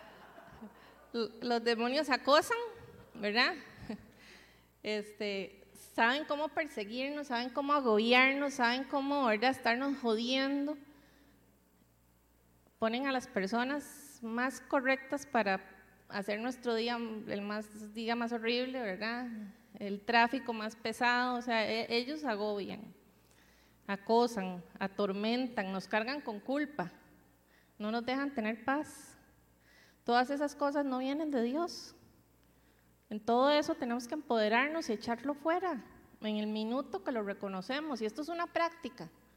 B: Los demonios acosan, ¿verdad? Este, saben cómo perseguirnos, saben cómo agobiarnos, saben cómo, ¿verdad?, estarnos jodiendo. Ponen a las personas más correctas para hacer nuestro día, el más, día más horrible, ¿verdad? El tráfico más pesado, o sea, e- ellos agobian, acosan, atormentan, nos cargan con culpa, no nos dejan tener paz. Todas esas cosas no vienen de Dios. En todo eso tenemos que empoderarnos y echarlo fuera, en el minuto que lo reconocemos. Y esto es una práctica,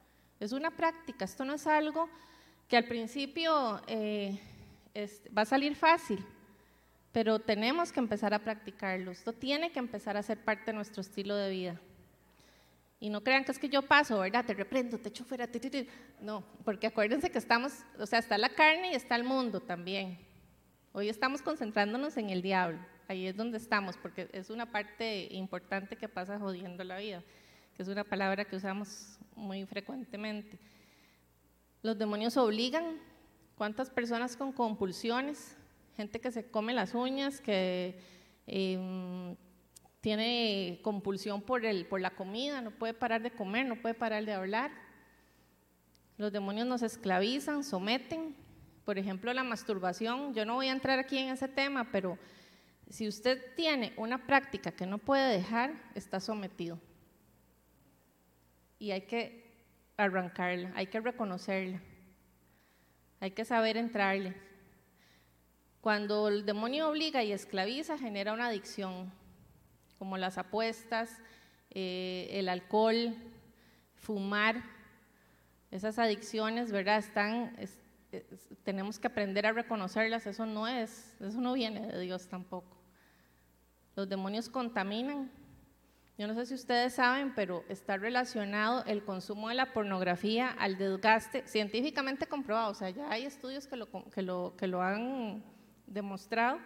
B: es una práctica, esto no es algo que al principio eh, es, va a salir fácil, pero tenemos que empezar a practicarlo, esto tiene que empezar a ser parte de nuestro estilo de vida. Y no crean que es que yo paso, ¿verdad? Te reprendo, te echo fuera, te, te, te. No, porque acuérdense que estamos, o sea, está la carne y está el mundo también. Hoy estamos concentrándonos en el diablo, ahí es donde estamos, porque es una parte importante que pasa jodiendo la vida, que es una palabra que usamos muy frecuentemente. Los demonios obligan. ¿Cuántas personas con compulsiones? Gente que se come las uñas, que eh, tiene compulsión por, el, por la comida, no puede parar de comer, no puede parar de hablar. Los demonios nos esclavizan, someten. Por ejemplo, la masturbación. Yo no voy a entrar aquí en ese tema, pero si usted tiene una práctica que no puede dejar, está sometido. Y hay que arrancarla, hay que reconocerla, hay que saber entrarle. Cuando el demonio obliga y esclaviza, genera una adicción, como las apuestas, eh, el alcohol, fumar. Esas adicciones, ¿verdad? Están, es, es, tenemos que aprender a reconocerlas. Eso no es, eso no viene de Dios tampoco. Los demonios contaminan. Yo no sé si ustedes saben, pero está relacionado el consumo de la pornografía al desgaste, científicamente comprobado, o sea, ya hay estudios que lo, que lo, que lo han demostrado.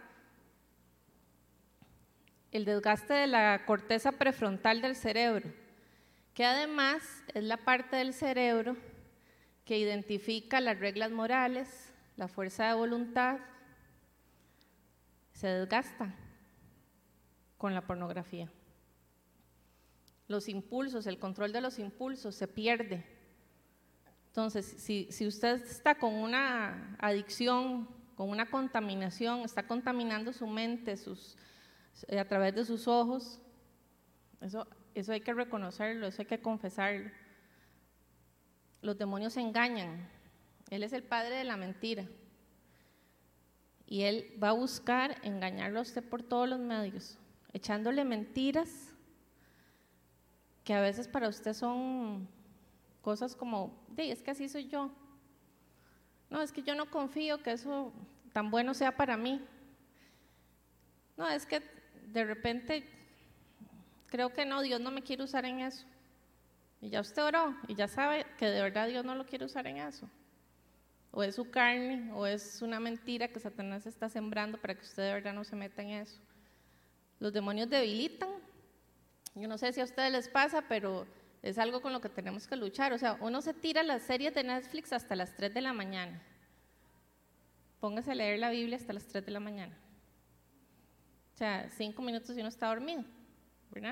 B: El desgaste de la corteza prefrontal del cerebro, que además es la parte del cerebro que identifica las reglas morales, la fuerza de voluntad, se desgasta con la pornografía. Los impulsos, el control de los impulsos se pierde. Entonces, si, si usted está con una adicción, con una contaminación, está contaminando su mente sus, a través de sus ojos, eso, eso hay que reconocerlo, eso hay que confesarlo. Los demonios engañan. Él es el padre de la mentira. Y él va a buscar engañarlo a usted por todos los medios, echándole mentiras que a veces para usted son cosas como, es que así soy yo. No, es que yo no confío que eso tan bueno sea para mí. No, es que de repente creo que no, Dios no me quiere usar en eso. Y ya usted oró y ya sabe que de verdad Dios no lo quiere usar en eso. O es su carne, o es una mentira que Satanás está sembrando para que usted de verdad no se meta en eso. Los demonios debilitan. Yo no sé si a ustedes les pasa, pero es algo con lo que tenemos que luchar. O sea, uno se tira las series de Netflix hasta las tres de la mañana. Póngase a leer la Biblia hasta las tres de la mañana. O sea, cinco minutos y uno está dormido, ¿verdad?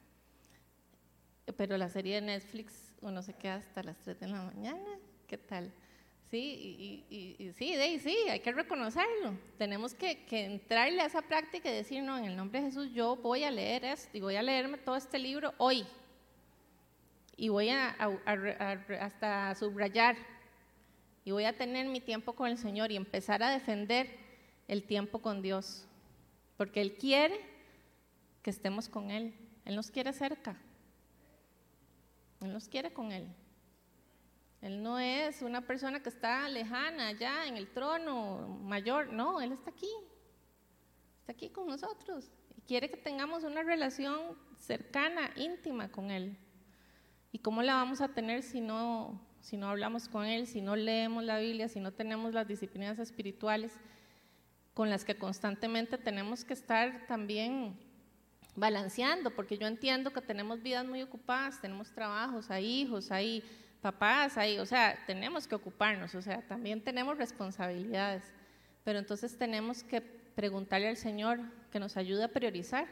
B: Pero la serie de Netflix uno se queda hasta las tres de la mañana. ¿Qué tal? Sí, y, y, y, y sí, de, sí, hay que reconocerlo. Tenemos que, que entrarle a esa práctica y decir, no, en el nombre de Jesús yo voy a leer esto y voy a leerme todo este libro hoy. Y voy a, a, a, a hasta subrayar. Y voy a tener mi tiempo con el Señor y empezar a defender el tiempo con Dios. Porque Él quiere que estemos con Él. Él nos quiere cerca. Él nos quiere con Él. Él no es una persona que está lejana allá en el trono mayor, no, Él está aquí, está aquí con nosotros y quiere que tengamos una relación cercana, íntima con Él. ¿Y cómo la vamos a tener si no, si no hablamos con Él, si no leemos la Biblia, si no tenemos las disciplinas espirituales con las que constantemente tenemos que estar también balanceando? Porque yo entiendo que tenemos vidas muy ocupadas, tenemos trabajos, hay hijos, hay papás ahí, o sea, tenemos que ocuparnos, o sea, también tenemos responsabilidades, pero entonces tenemos que preguntarle al Señor que nos ayude a priorizar,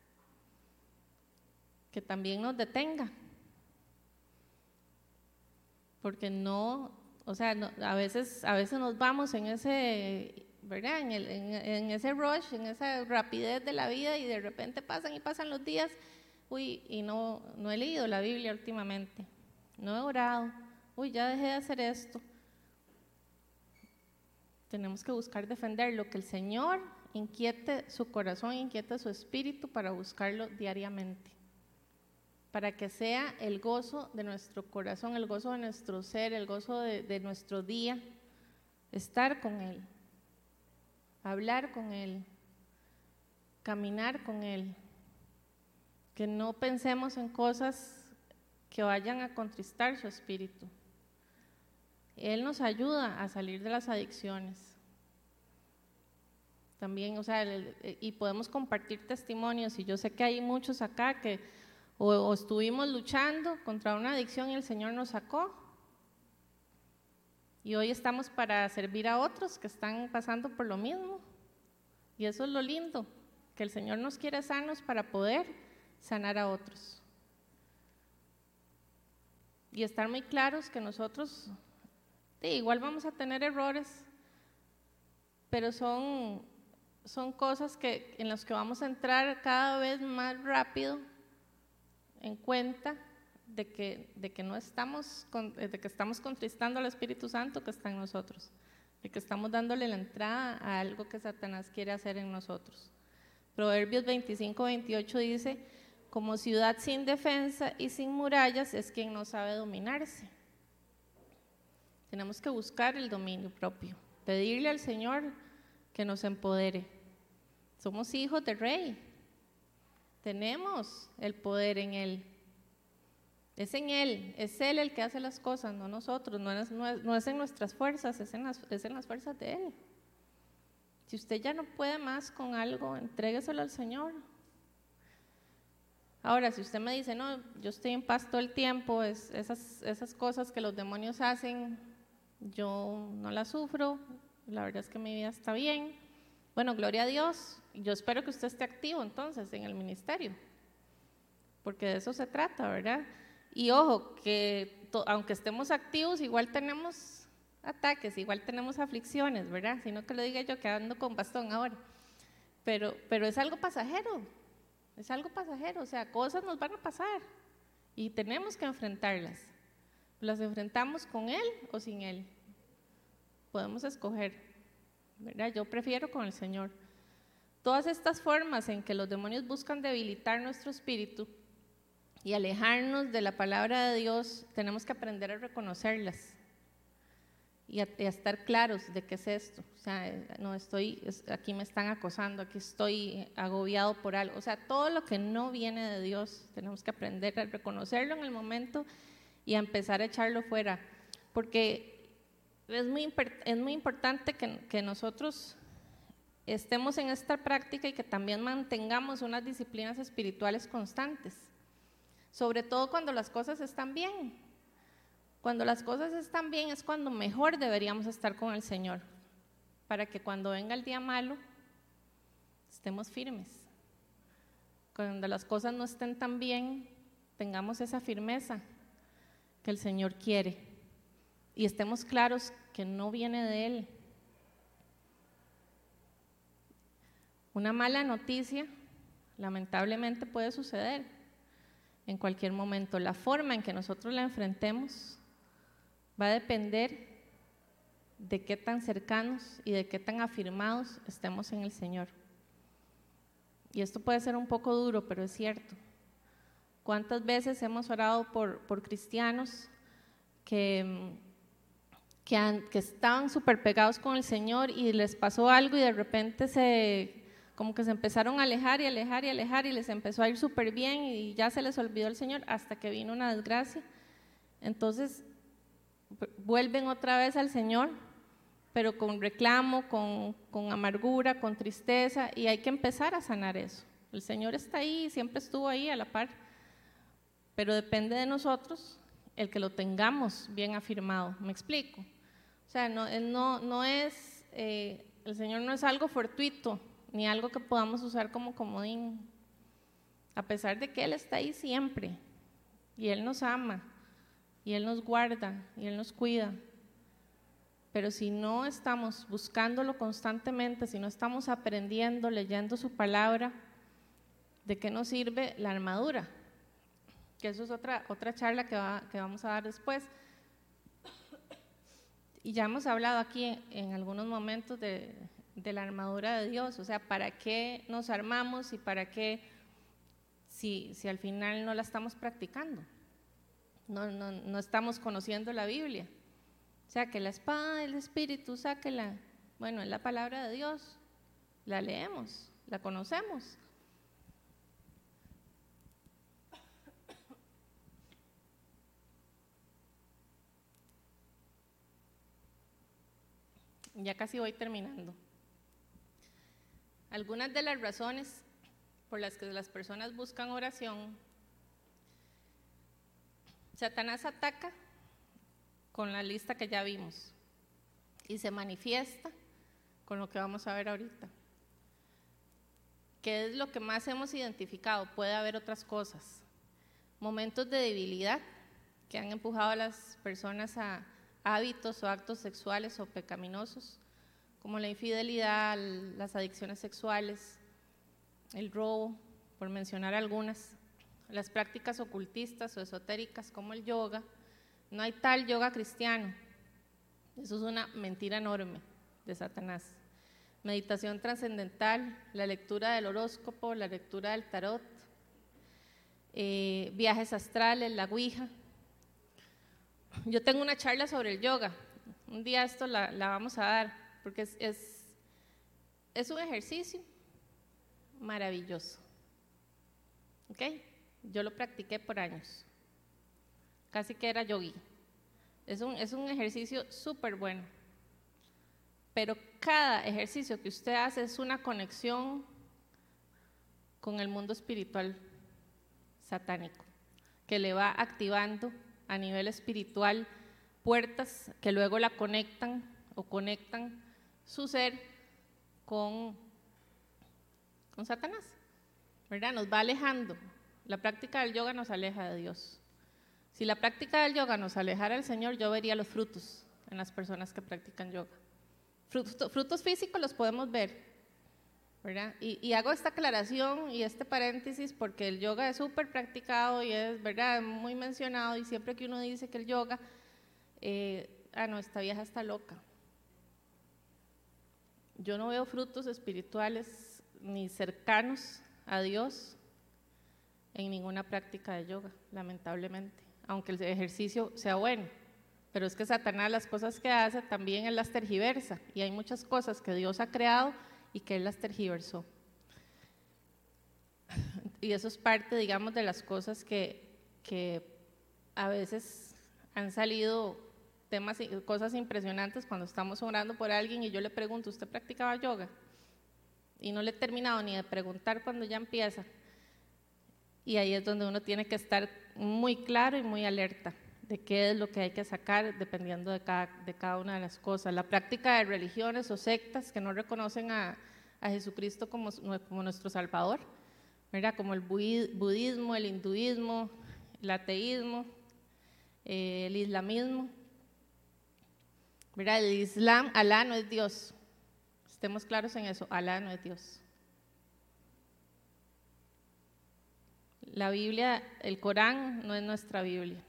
B: que también nos detenga, porque no, o sea, no, a veces, a veces nos vamos en ese, ¿verdad? En, el, en, en ese rush, en esa rapidez de la vida y de repente pasan y pasan los días, uy, y no, no he leído la Biblia últimamente. No he orado, uy, ya dejé de hacer esto. Tenemos que buscar defenderlo, que el Señor inquiete su corazón, inquiete su espíritu para buscarlo diariamente. para que sea el gozo de nuestro corazón, el gozo de nuestro ser, el gozo de, de nuestro día, estar con Él, hablar con Él, caminar con Él, que no pensemos en cosas que vayan a contristar su espíritu. Él nos ayuda a salir de las adicciones. También, o sea, el, y podemos compartir testimonios, y yo sé que hay muchos acá que o, o estuvimos luchando contra una adicción y el Señor nos sacó, y hoy estamos para servir a otros que están pasando por lo mismo, y eso es lo lindo, que el Señor nos quiere sanos para poder sanar a otros, y estar muy claros que nosotros sí, igual vamos a tener errores, pero son, son cosas que, en las que vamos a entrar cada vez más rápido en cuenta de que, de que no estamos, de que estamos contristando al Espíritu Santo que está en nosotros, de que estamos dándole la entrada a algo que Satanás quiere hacer en nosotros. Proverbios veinticinco, veintiocho dice: como ciudad sin defensa y sin murallas es quien no sabe dominarse. Tenemos que buscar el dominio propio, pedirle al Señor que nos empodere. Somos hijos del Rey, tenemos el poder en Él. Es en Él, es Él el que hace las cosas, no nosotros, no es, no es, no es en nuestras fuerzas, es en, las, es en las fuerzas de Él. Si usted ya no puede más con algo, entrégueselo al Señor. Ahora, si usted me dice, no, yo estoy en paz todo el tiempo, es, esas, esas cosas que los demonios hacen, yo no las sufro, la verdad es que mi vida está bien. Bueno, gloria a Dios, yo espero que usted esté activo entonces en el ministerio, porque de eso se trata, ¿verdad? Y ojo, que to, aunque estemos activos, igual tenemos ataques, igual tenemos aflicciones, ¿verdad? Sino que lo diga yo que ando con bastón ahora, pero, pero es algo pasajero, es algo pasajero, o sea, cosas nos van a pasar y tenemos que enfrentarlas. ¿Las enfrentamos con Él o sin Él? Podemos escoger, ¿verdad? Yo prefiero con el Señor. Todas estas formas en que los demonios buscan debilitar nuestro espíritu y alejarnos de la palabra de Dios, tenemos que aprender a reconocerlas y a, y a estar claros de qué es esto. O sea, no estoy, aquí me están acosando, aquí estoy agobiado por algo. O sea, todo lo que no viene de Dios, tenemos que aprender a reconocerlo en el momento y a empezar a echarlo fuera, porque es muy, es muy importante que, que nosotros estemos en esta práctica y que también mantengamos unas disciplinas espirituales constantes, sobre todo cuando las cosas están bien. Cuando las cosas están bien es cuando mejor deberíamos estar con el Señor, para que cuando venga el día malo estemos firmes. Cuando las cosas no estén tan bien, tengamos esa firmeza que el Señor quiere y estemos claros que no viene de Él. Una mala noticia lamentablemente puede suceder en cualquier momento. La forma en que nosotros la enfrentemos va a depender de qué tan cercanos y de qué tan afirmados estemos en el Señor. Y esto puede ser un poco duro, pero es cierto. ¿Cuántas veces hemos orado por, por cristianos que, que, han, que estaban súper pegados con el Señor y les pasó algo y de repente se, como que se empezaron a alejar y alejar y alejar y les empezó a ir súper bien y ya se les olvidó el Señor hasta que vino una desgracia? Entonces vuelven otra vez al Señor, pero con reclamo, con, con amargura, con tristeza, y hay que empezar a sanar eso. El Señor está ahí, siempre estuvo ahí a la par, pero depende de nosotros el que lo tengamos bien afirmado. ¿Me explico? O sea, no, no, no es, eh, el Señor no es algo fortuito, ni algo que podamos usar como comodín, a pesar de que Él está ahí siempre, y Él nos ama, y Él nos guarda, y Él nos cuida. Pero si no estamos buscándolo constantemente, si no estamos aprendiendo, leyendo su palabra, ¿de qué nos sirve la armadura? Que eso es otra, otra charla que, va, que vamos a dar después. Y ya hemos hablado aquí en, en algunos momentos de, de la armadura de Dios, o sea, ¿para qué nos armamos y para qué si, si al final no la estamos practicando, no, no, no estamos conociendo la Biblia. O sea, que la espada del Espíritu, sáquela. Bueno, es la palabra de Dios, la leemos, la conocemos. Ya casi voy terminando. Algunas de las razones por las que las personas buscan oración: Satanás ataca con la lista que ya vimos y se manifiesta con lo que vamos a ver ahorita. ¿Qué es lo que más hemos identificado? Puede haber otras cosas. Momentos de debilidad que han empujado a las personas a hábitos o actos sexuales o pecaminosos, como la infidelidad, las adicciones sexuales, el robo, por mencionar algunas, las prácticas ocultistas o esotéricas como el yoga. No hay tal yoga cristiano, eso es una mentira enorme de Satanás. Meditación trascendental, la lectura del horóscopo, la lectura del tarot, eh, viajes astrales, la ouija. Yo tengo una charla sobre el yoga, un día esto la, la vamos a dar, porque es, es, es un ejercicio maravilloso, ¿ok? Yo lo practiqué por años, casi que era yogui. Es un, es un ejercicio súper bueno, pero cada ejercicio que usted hace es una conexión con el mundo espiritual satánico, que le va activando a nivel espiritual puertas que luego la conectan o conectan su ser con, con Satanás, ¿verdad? Nos va alejando. La práctica del yoga nos aleja de Dios. Si la práctica del yoga nos alejara del Señor, yo vería los frutos en las personas que practican yoga. Frutos, frutos físicos los podemos ver, ¿verdad? Y, y hago esta aclaración y este paréntesis porque el yoga es súper practicado y es, ¿verdad?, muy mencionado, y siempre que uno dice que el yoga, eh, ah, no, esta vieja está loca. Yo no veo frutos espirituales ni cercanos a Dios en ninguna práctica de yoga, lamentablemente, aunque el ejercicio sea bueno. Pero es que Satanás, las cosas que hace también él las tergiversa, y hay muchas cosas que Dios ha creado y que él las tergiversó. Y eso es parte, digamos, de las cosas que, que a veces han salido temas, cosas impresionantes cuando estamos orando por alguien y yo le pregunto, ¿usted practicaba yoga? Y no le he terminado ni de preguntar cuando ya empieza. Y ahí es donde uno tiene que estar muy claro y muy alerta de qué es lo que hay que sacar dependiendo de cada, de cada una de las cosas. La práctica de religiones o sectas que no reconocen a, a Jesucristo como, como nuestro Salvador, ¿verdad? Como el budismo, el hinduismo, el ateísmo, eh, el islamismo, ¿verdad? El Islam, Alá no es Dios, estemos claros en eso, Alá no es Dios. La Biblia, el Corán no es nuestra Biblia.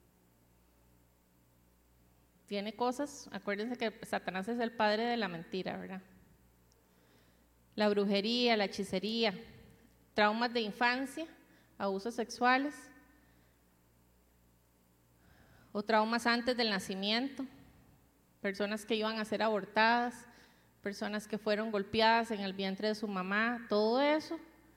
B: Tiene cosas, acuérdense que Satanás es el padre de la mentira, ¿verdad? La brujería, la hechicería, traumas de infancia, abusos sexuales, o traumas antes del nacimiento, personas que iban a ser abortadas, personas que fueron golpeadas en el vientre de su mamá, todo eso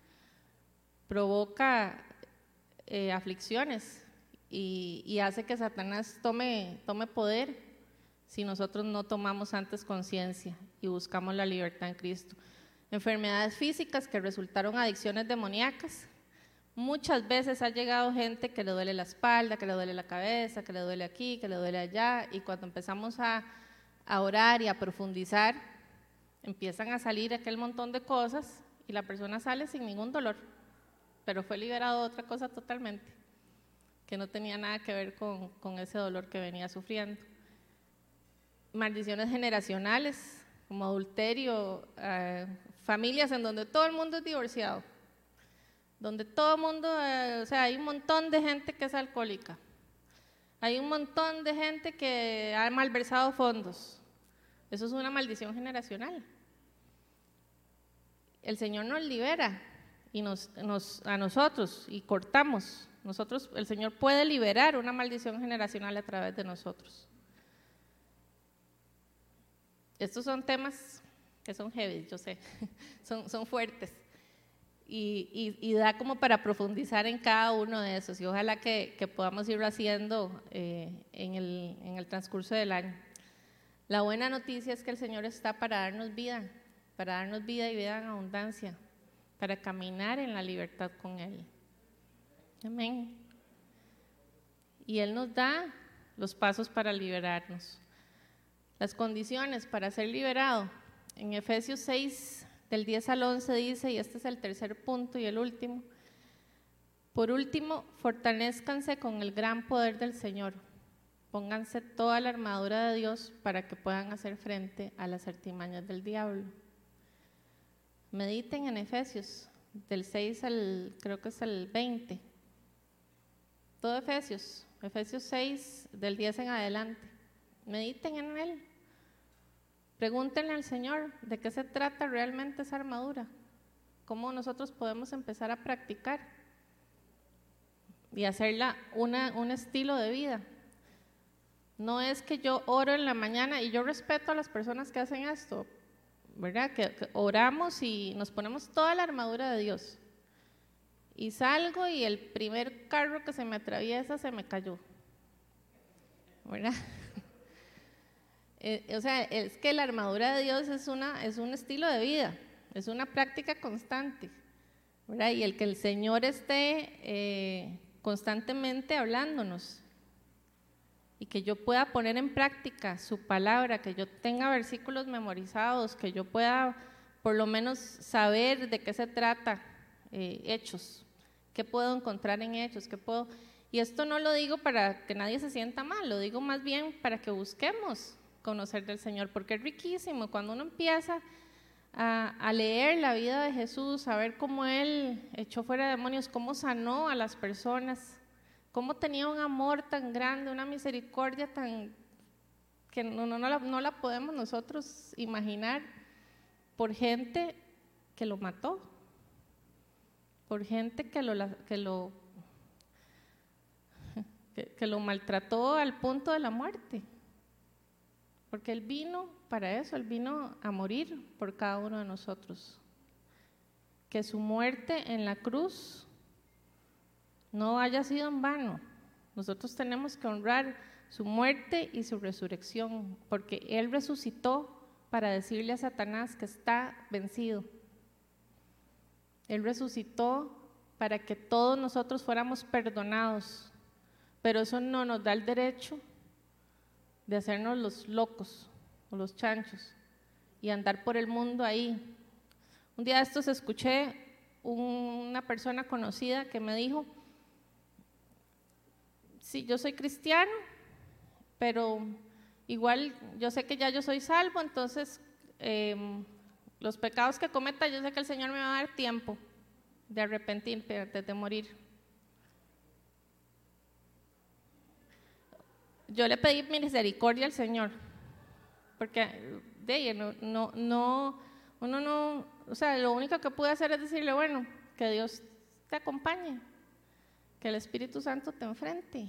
B: provoca eh, aflicciones y, y hace que Satanás tome, tome poder si nosotros no tomamos antes conciencia y buscamos la libertad en Cristo. Enfermedades físicas que resultaron adicciones demoníacas. Muchas veces ha llegado gente que le duele la espalda, que le duele la cabeza, que le duele aquí, que le duele allá, y cuando empezamos a, a orar y a profundizar, empiezan a salir aquel montón de cosas y la persona sale sin ningún dolor, pero fue liberado de otra cosa totalmente, que no tenía nada que ver con, con ese dolor que venía sufriendo. Maldiciones generacionales, como adulterio, eh, familias en donde todo el mundo es divorciado, donde todo el mundo, eh, o sea, hay un montón de gente que es alcohólica, hay un montón de gente que ha malversado fondos. Eso es una maldición generacional. El Señor nos libera y nos, nos, a nosotros y cortamos. Nosotros, el Señor puede liberar una maldición generacional a través de nosotros. Estos son temas que son heavy, yo sé, son, son fuertes. Y, y, y da como para profundizar en cada uno de esos, y ojalá que, que podamos irlo haciendo eh, en, el, en el transcurso del año. La buena noticia es que el Señor está para darnos vida, para darnos vida y vida en abundancia, para caminar en la libertad con Él. Amén. Y Él nos da los pasos para liberarnos. Las condiciones para ser liberado, en Efesios seis, del diez al once dice, y este es el tercer punto y el último: por último, fortalézcanse con el gran poder del Señor. Pónganse toda la armadura de Dios para que puedan hacer frente a las artimañas del diablo. Mediten en Efesios, del seis al, creo que es el veinte. Todo Efesios, Efesios seis, del diez en adelante. Mediten en él. Pregúntenle al Señor de qué se trata realmente esa armadura, cómo nosotros podemos empezar a practicar y hacerla una, un estilo de vida. No es que yo oro en la mañana, y yo respeto a las personas que hacen esto, ¿verdad? Que, que oramos y nos ponemos toda la armadura de Dios, y salgo y el primer carro que se me atraviesa se me cayó, ¿verdad? Eh, o sea, es que la armadura de Dios es, una, es un estilo de vida, es una práctica constante, ¿verdad? Y el que el Señor esté eh, constantemente hablándonos, y que yo pueda poner en práctica su palabra, que yo tenga versículos memorizados, que yo pueda por lo menos saber de qué se trata, eh, Hechos, qué puedo encontrar en Hechos, qué puedo... Y esto no lo digo para que nadie se sienta mal, lo digo más bien para que busquemos conocer del Señor, porque es riquísimo cuando uno empieza a, a leer la vida de Jesús, a ver cómo Él echó fuera demonios, cómo sanó a las personas, cómo tenía un amor tan grande, una misericordia tan que no, no, no, la, no la podemos nosotros imaginar, por gente que lo mató, por gente que lo, que lo, que, que lo maltrató al punto de la muerte. Porque Él vino para eso, Él vino a morir por cada uno de nosotros. Que su muerte en la cruz no haya sido en vano. Nosotros tenemos que honrar su muerte y su resurrección, porque Él resucitó para decirle a Satanás que está vencido. Él resucitó para que todos nosotros fuéramos perdonados, pero eso no nos da el derecho de hacernos los locos o los chanchos y andar por el mundo ahí. Un día de estos escuché una persona conocida que me dijo: sí, yo soy cristiano, pero igual yo sé que ya yo soy salvo, entonces eh, los pecados que cometa, yo sé que el Señor me va a dar tiempo de arrepentirme antes de morir. Yo le pedí misericordia al Señor, porque de ella no, no, no, uno no, o sea, lo único que pude hacer es decirle, bueno, que Dios te acompañe, que el Espíritu Santo te enfrente,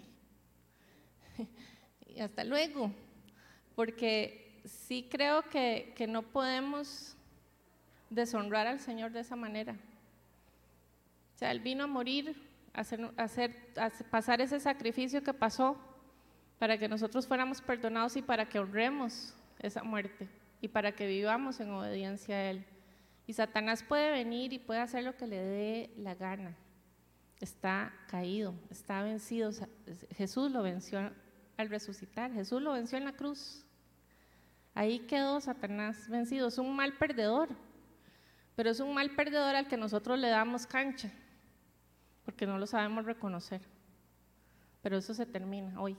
B: y hasta luego, porque sí creo que, que no podemos deshonrar al Señor de esa manera. O sea, Él vino a morir, a, hacer, a, hacer, a pasar ese sacrificio que pasó, para que nosotros fuéramos perdonados y para que honremos esa muerte y para que vivamos en obediencia a Él. Y Satanás puede venir y puede hacer lo que le dé la gana. Está caído, está vencido. Jesús lo venció al resucitar, Jesús lo venció en la cruz. Ahí quedó Satanás vencido. Es un mal perdedor, pero es un mal perdedor al que nosotros le damos cancha, porque no lo sabemos reconocer. Pero eso se termina hoy.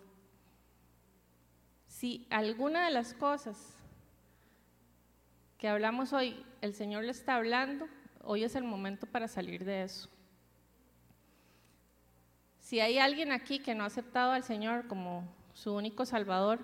B: Si alguna de las cosas que hablamos hoy, el Señor le está hablando, hoy es el momento para salir de eso. Si hay alguien aquí que no ha aceptado al Señor como su único Salvador,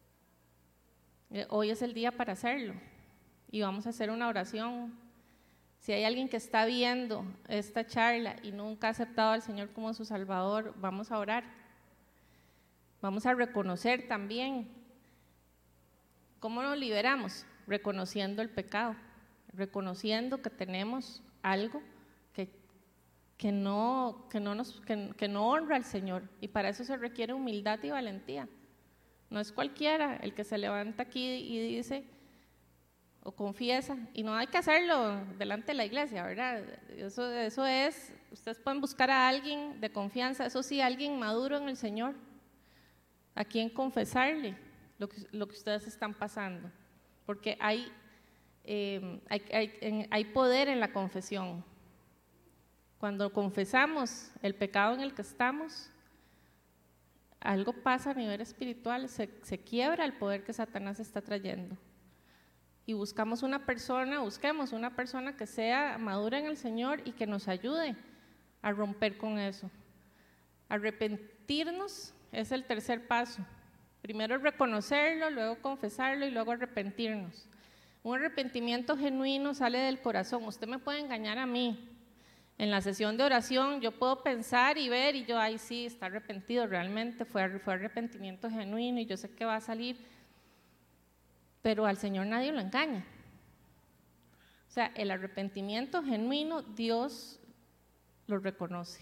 B: eh, hoy es el día para hacerlo. Y vamos a hacer una oración Si hay alguien que está viendo esta charla y nunca ha aceptado al Señor como su Salvador, vamos a orar. Vamos a reconocer también. ¿Cómo nos liberamos? Reconociendo el pecado, reconociendo que tenemos algo que, que, no, que, no nos, que, que no honra al Señor, y para eso se requiere humildad y valentía. No es cualquiera el que se levanta aquí y dice o confiesa, y no hay que hacerlo delante de la iglesia, ¿verdad? Eso, eso es, ustedes pueden buscar a alguien de confianza, eso sí, alguien maduro en el Señor, a quien confesarle lo que, lo que ustedes están pasando, porque hay, eh, hay, hay, hay poder en la confesión. Cuando confesamos el pecado en el que estamos, algo pasa a nivel espiritual, se, se quiebra el poder que Satanás está trayendo. Y buscamos una persona, busquemos una persona que sea madura en el Señor y que nos ayude a romper con eso. Arrepentirnos es el tercer paso. Primero reconocerlo, luego confesarlo y luego arrepentirnos. Un arrepentimiento genuino sale del corazón. Usted me puede engañar a mí. En la sesión de oración yo puedo pensar y ver y yo, ay sí, está arrepentido, realmente fue, fue arrepentimiento genuino y yo sé que va a salir, pero al Señor nadie lo engaña. O sea, el arrepentimiento genuino Dios lo reconoce.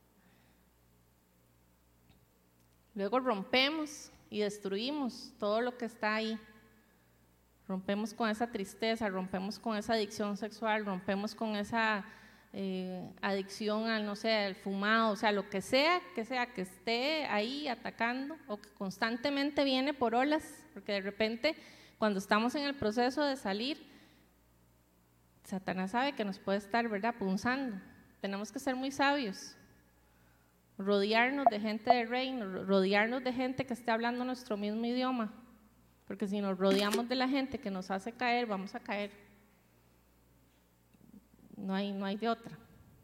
B: Luego rompemos y destruimos todo lo que está ahí. Rompemos con esa tristeza, rompemos con esa adicción sexual, rompemos con esa eh, adicción al, no sé, al fumado, o sea, lo que sea, que sea que esté ahí atacando o que constantemente viene por olas, porque de repente cuando estamos en el proceso de salir, Satanás sabe que nos puede estar, ¿verdad?, punzando. Tenemos que ser muy sabios, rodearnos de gente del reino, rodearnos de gente que esté hablando nuestro mismo idioma, porque si nos rodeamos de la gente que nos hace caer, vamos a caer. No hay, no hay de otra.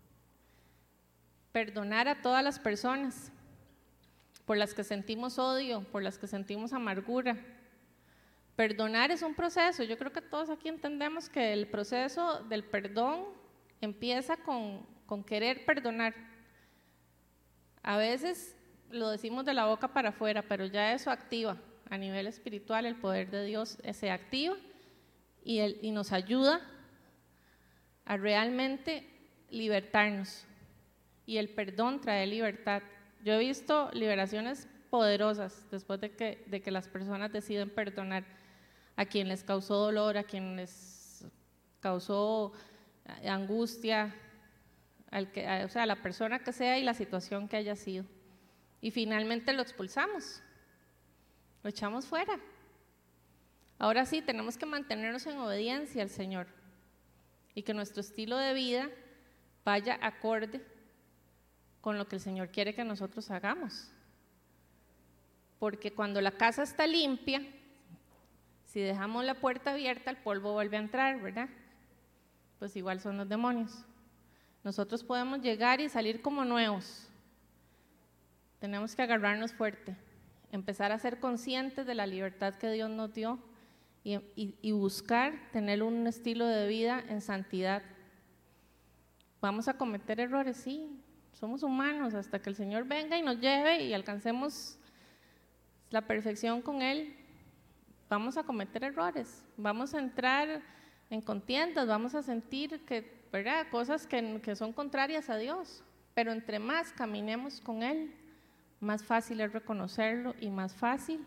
B: Perdonar a todas las personas por las que sentimos odio, por las que sentimos amargura. Perdonar es un proceso. Yo creo que todos aquí entendemos que el proceso del perdón empieza con, con querer perdonar. A veces lo decimos de la boca para afuera, pero ya eso activa a nivel espiritual, el poder de Dios se activa y, el, y nos ayuda a realmente libertarnos. Y el perdón trae libertad. Yo he visto liberaciones poderosas después de que, de que las personas deciden perdonar a quien les causó dolor, a quien les causó angustia, al que, o sea, a la persona que sea y la situación que haya sido. Y finalmente lo expulsamos, lo echamos fuera. Ahora sí, tenemos que mantenernos en obediencia al Señor y que nuestro estilo de vida vaya acorde con lo que el Señor quiere que nosotros hagamos. Porque cuando la casa está limpia, si dejamos la puerta abierta, el polvo vuelve a entrar, ¿verdad? Pues igual son los demonios. Nosotros podemos llegar y salir como nuevos. Tenemos que agarrarnos fuerte, empezar a ser conscientes de la libertad que Dios nos dio y, y, y buscar tener un estilo de vida en santidad. Vamos a cometer errores, sí, somos humanos, hasta que el Señor venga y nos lleve y alcancemos la perfección con Él. Vamos a cometer errores, vamos a entrar en contiendas, vamos a sentir que, ¿verdad?, cosas que, que son contrarias a Dios, pero entre más caminemos con Él, más fácil es reconocerlo y más fácil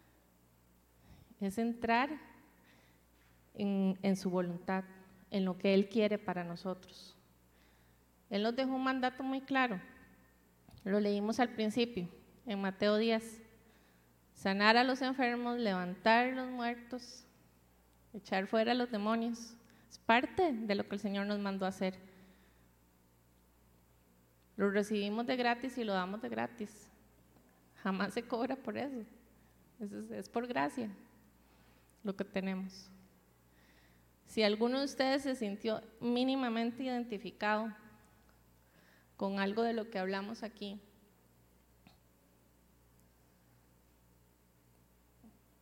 B: es entrar en, en su voluntad, en lo que Él quiere para nosotros. Él nos dejó un mandato muy claro, lo leímos al principio, en Mateo diez, sanar a los enfermos, levantar a los muertos, echar fuera a los demonios. Es parte de lo que el Señor nos mandó a hacer. Lo recibimos de gratis y lo damos de gratis. Jamás se cobra por eso. Es, es por gracia lo que tenemos. Si alguno de ustedes se sintió mínimamente identificado con algo de lo que hablamos aquí,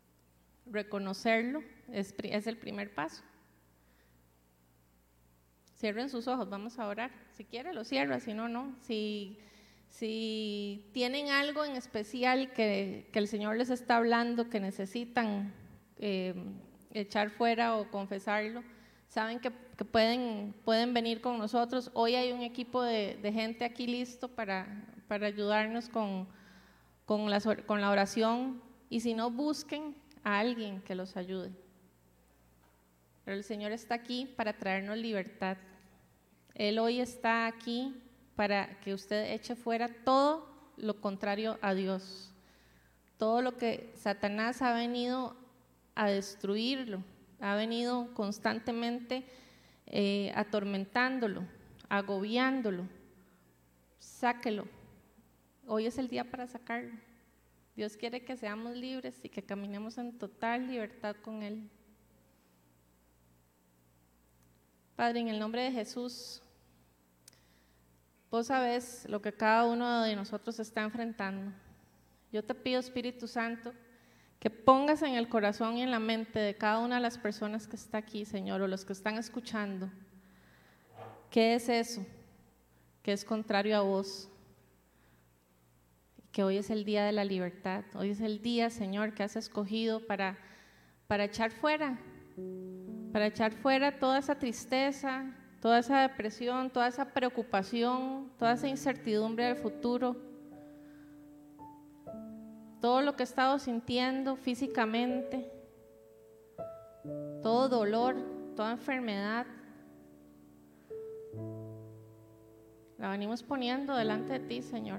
B: reconocerlo es, es el primer paso. Cierren sus ojos, vamos a orar. Si quiere lo cierra, si no, no. Si, si tienen algo en especial que, que el Señor les está hablando, que necesitan eh, echar fuera o confesarlo, saben que, que pueden, pueden venir con nosotros. Hoy hay un equipo de, de gente aquí listo para, para ayudarnos con, con, la, con la oración, y si no, busquen a alguien que los ayude. Pero el Señor está aquí para traernos libertad. Él hoy está aquí para que usted eche fuera todo lo contrario a Dios, todo lo que Satanás ha venido a destruirlo, ha venido constantemente eh, atormentándolo, agobiándolo. Sáquelo. Hoy es el día para sacarlo. Dios quiere que seamos libres y que caminemos en total libertad con Él. Padre, en el nombre de Jesús, vos sabés lo que cada uno de nosotros está enfrentando. Yo te pido, Espíritu Santo, que pongas en el corazón y en la mente de cada una de las personas que está aquí, Señor, o los que están escuchando, ¿qué es eso que es contrario a vos? Que hoy es el día de la libertad, hoy es el día, Señor, que has escogido para, para echar fuera, para echar fuera toda esa tristeza, toda esa depresión, toda esa preocupación, toda esa incertidumbre del futuro, todo lo que he estado sintiendo físicamente, todo dolor, toda enfermedad, la venimos poniendo delante de ti, Señor.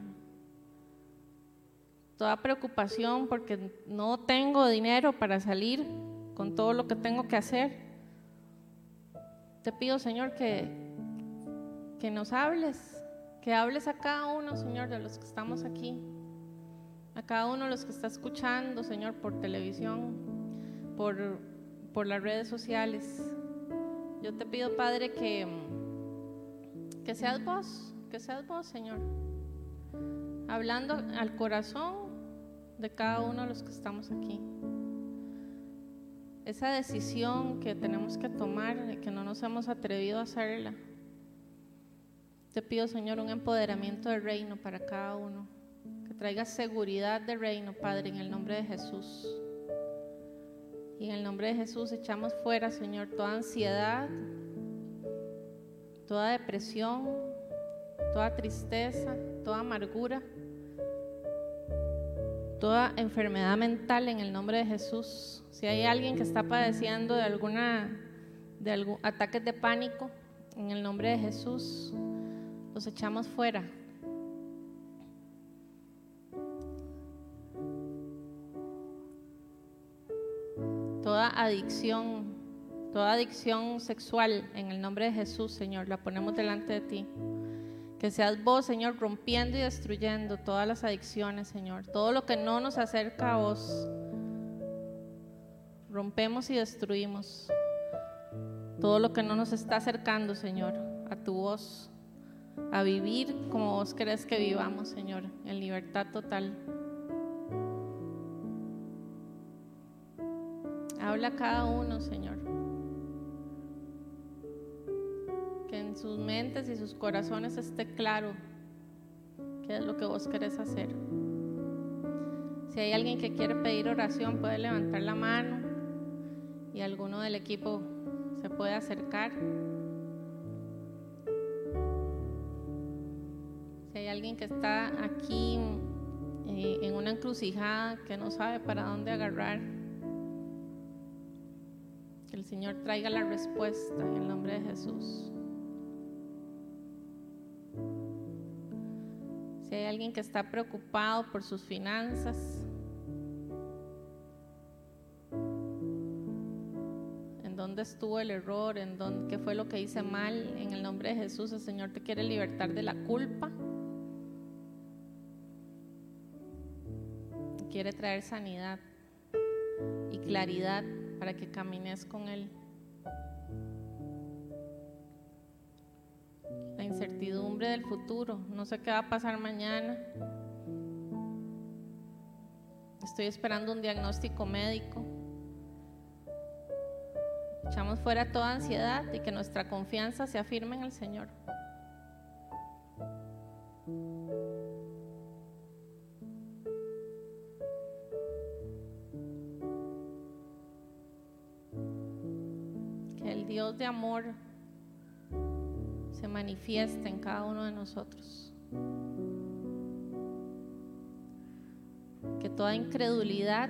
B: Toda preocupación porque no tengo dinero para salir con todo lo que tengo que hacer. Te pido, Señor, que, que nos hables, que hables a cada uno, Señor, de los que estamos aquí, a cada uno de los que está escuchando, Señor, por televisión, por, por las redes sociales. Yo te pido, Padre, que, que seas vos, que seas vos, Señor, hablando al corazón de cada uno de los que estamos aquí. Esa decisión que tenemos que tomar y que no nos hemos atrevido a hacerla. Te pido, Señor, un empoderamiento del reino para cada uno, que traiga seguridad de reino, Padre, en el nombre de Jesús. Y en el nombre de Jesús echamos fuera, Señor, toda ansiedad, toda depresión, toda tristeza, toda amargura, toda enfermedad mental en el nombre de Jesús. Si hay alguien que está padeciendo de alguna de algún ataques de pánico, en el nombre de Jesús los echamos fuera. Toda adicción, toda adicción sexual, en el nombre de Jesús, Señor, la ponemos delante de ti. Que seas vos, Señor, rompiendo y destruyendo todas las adicciones, Señor. Todo lo que no nos acerca a vos, rompemos y destruimos. Todo lo que no nos está acercando, Señor, a tu voz, a vivir como vos querés que vivamos, Señor, en libertad total. Habla a cada uno, Señor. Que en sus mentes y sus corazones esté claro qué es lo que vos querés hacer. Si hay alguien que quiere pedir oración, puede levantar la mano y alguno del equipo se puede acercar. Si hay alguien que está aquí eh, en una encrucijada, que no sabe para dónde agarrar, que el Señor traiga la respuesta en el nombre de Jesús. Si hay alguien que está preocupado por sus finanzas, en dónde estuvo el error, en dónde, qué fue lo que hice mal, en el nombre de Jesús, el Señor te quiere libertar de la culpa, quiere traer sanidad y claridad para que camines con Él. La incertidumbre del futuro, no sé qué va a pasar mañana. Estoy esperando un diagnóstico médico. Echamos fuera toda ansiedad y que nuestra confianza se afirme en el Señor. Que el Dios de amor se manifieste en cada uno de nosotros. Que toda incredulidad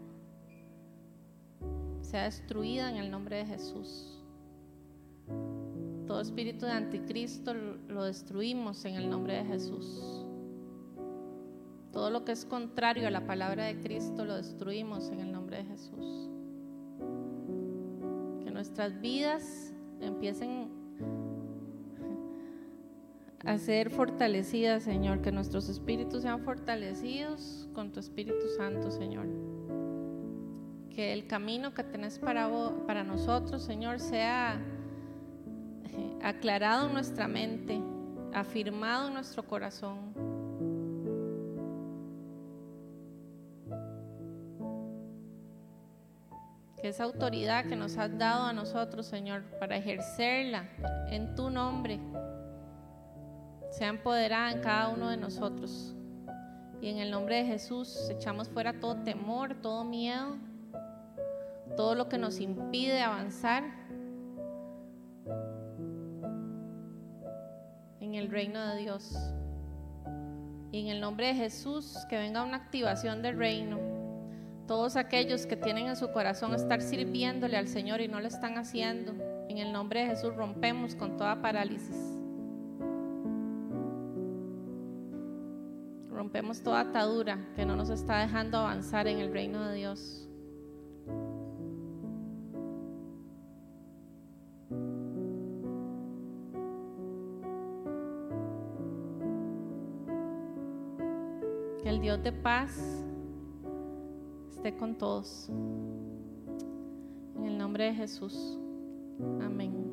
B: sea destruida en el nombre de Jesús. Todo espíritu de anticristo lo destruimos en el nombre de Jesús. Todo lo que es contrario a la palabra de Cristo lo destruimos en el nombre de Jesús. Que nuestras vidas empiecen a ser fortalecidas, Señor. Que nuestros espíritus sean fortalecidos con tu Espíritu Santo, Señor. Que el camino que tenés para, vos, para nosotros, Señor, sea eh, aclarado en nuestra mente, afirmado en nuestro corazón. Que esa autoridad que nos has dado a nosotros, Señor, para ejercerla en tu nombre, sea empoderada en cada uno de nosotros. Y en el nombre de Jesús echamos fuera todo temor, todo miedo, todo lo que nos impide avanzar en el reino de Dios. Y en el nombre de Jesús que venga una activación del reino. Todos aquellos que tienen en su corazón estar sirviéndole al Señor y no lo están haciendo, en el nombre de Jesús rompemos con toda parálisis. Rompemos toda atadura que no nos está dejando avanzar en el reino de Dios. Que el Dios de paz esté con todos. En el nombre de Jesús. Amén.